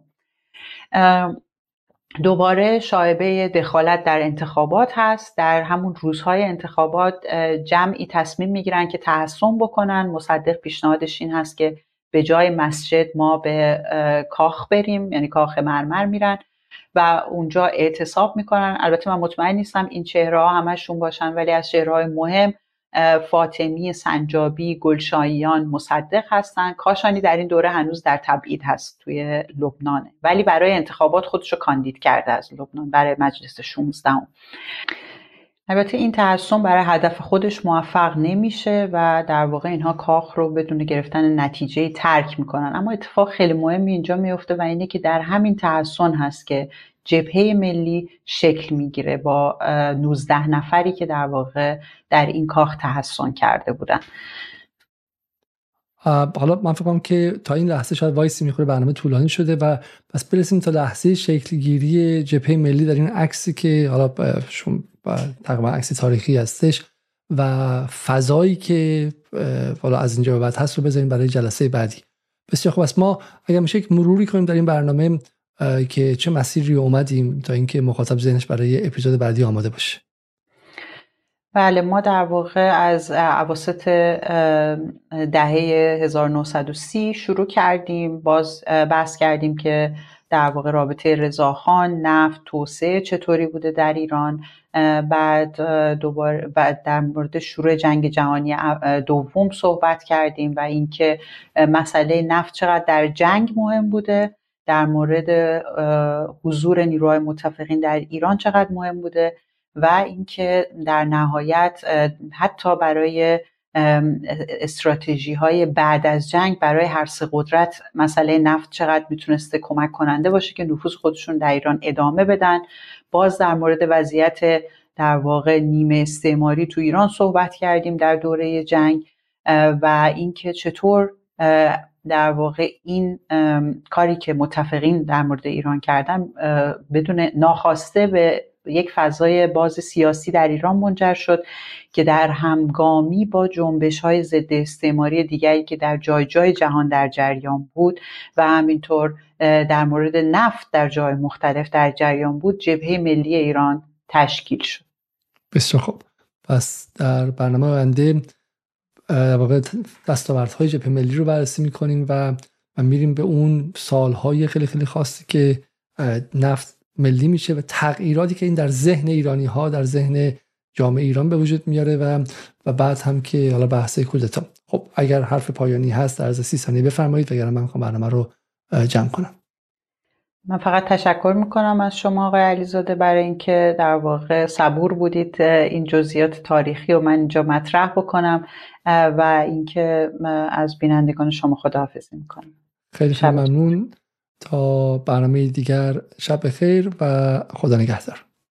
دوباره شایبه دخالت در انتخابات هست. در همون روزهای انتخابات جمعی تصمیم میگیرن که تحصن بکنن. مصدق پیشنهادش این هست که به جای مسجد ما به کاخ بریم، یعنی کاخ مرمر میرن و اونجا اعتصاب میکنن. البته من مطمئن نیستم این چهره‌ها همشون باشن، ولی از چهره‌های مهم فاطمی، سنجابی، گلشاییان، مصدق هستن. کاشانی در این دوره هنوز در تبعید هست توی لبنانه، ولی برای انتخابات خودشو کاندید کرده از لبنان برای مجلس شانزدهم. البته این تحصن برای هدف خودش موفق نمیشه و در واقع اینها کاخ رو بدون گرفتن نتیجه ترک میکنن. اما اتفاق خیلی مهمی اینجا میفته و اینه که در همین تحصن هست که جبهه ملی شکل میگیره با نوزده نفری که در واقع در این کاخ تحصن کرده بودن. حالا من فکر کنم که تا این لحظه شاید وایسی میخوره برنامه طولانی شده و پس برسیم تا لحظه شکل گیری جبهه ملی در این عکسی که حالا شما تقریبا عکس تاریخی هستش و فضایی که حالا از اینجا به بعد هست رو بذاریم برای جلسه بعدی. بسیار خوب است. ما اگر میشه یک مروری کنیم در این برنامه که چه مسیری اومدیم تا اینکه مخاطب ذهنش برای اپیزود بعدی آماده باشه. بله، ما در واقع از اواسط دهه هزار و نهصد و سی شروع کردیم، باز بحث کردیم که در واقع رابطه رضاخان، نفت، توسعه چطوری بوده در ایران. بعد دوباره بعد در مورد شروع جنگ جهانی دوم صحبت کردیم و اینکه مسئله نفت چقدر در جنگ مهم بوده، در مورد حضور نیروهای متفقین در ایران چقدر مهم بوده و اینکه در نهایت حتی برای استراتژی های بعد از جنگ برای هر سه قدرت مسئله نفت چقدر میتونسته کمک کننده باشه که نفوذ خودشون در ایران ادامه بدن. باز در مورد وضعیت در واقع نیمه استعماری تو ایران صحبت کردیم در دوره جنگ و اینکه چطور در واقع این کاری که متفقین در مورد ایران کردن بدون ناخواسته به یک فضای باز سیاسی در ایران منجر شد که در همگامی با جنبش‌های ضد استعماری دیگری که در جای جای جهان در جریان بود و همینطور در مورد نفت در جای مختلف در جریان بود، جبهه ملی ایران تشکیل شد. بسیار خوب. پس در برنامه آینده در واقع دستاوردهای جبهه ملی رو بررسی می‌کنیم و و میریم به اون سالهای خیلی خیلی خاصی که نفت ملی میشه و تغییراتی که این در ذهن ایرانی ها، در ذهن جامعه ایران به وجود میاره و و بعد هم که حالا بحث کودتا. خب اگر حرف پایانی هست در عرض سی ثانیه بفرمایید وگرنه من میخوام برنامه رو جمع کنم. من فقط تشکر میکنم از شما آقای علیزاده برای اینکه در واقع صبور بودید این جزئیات تاریخی رو من اینجا مطرح بکنم و اینکه از بینندگان شما خداحافظی میکنم. خیلی خیلی ممنون. تا برنامه دیگر شب بخیر و خدا نگهدار.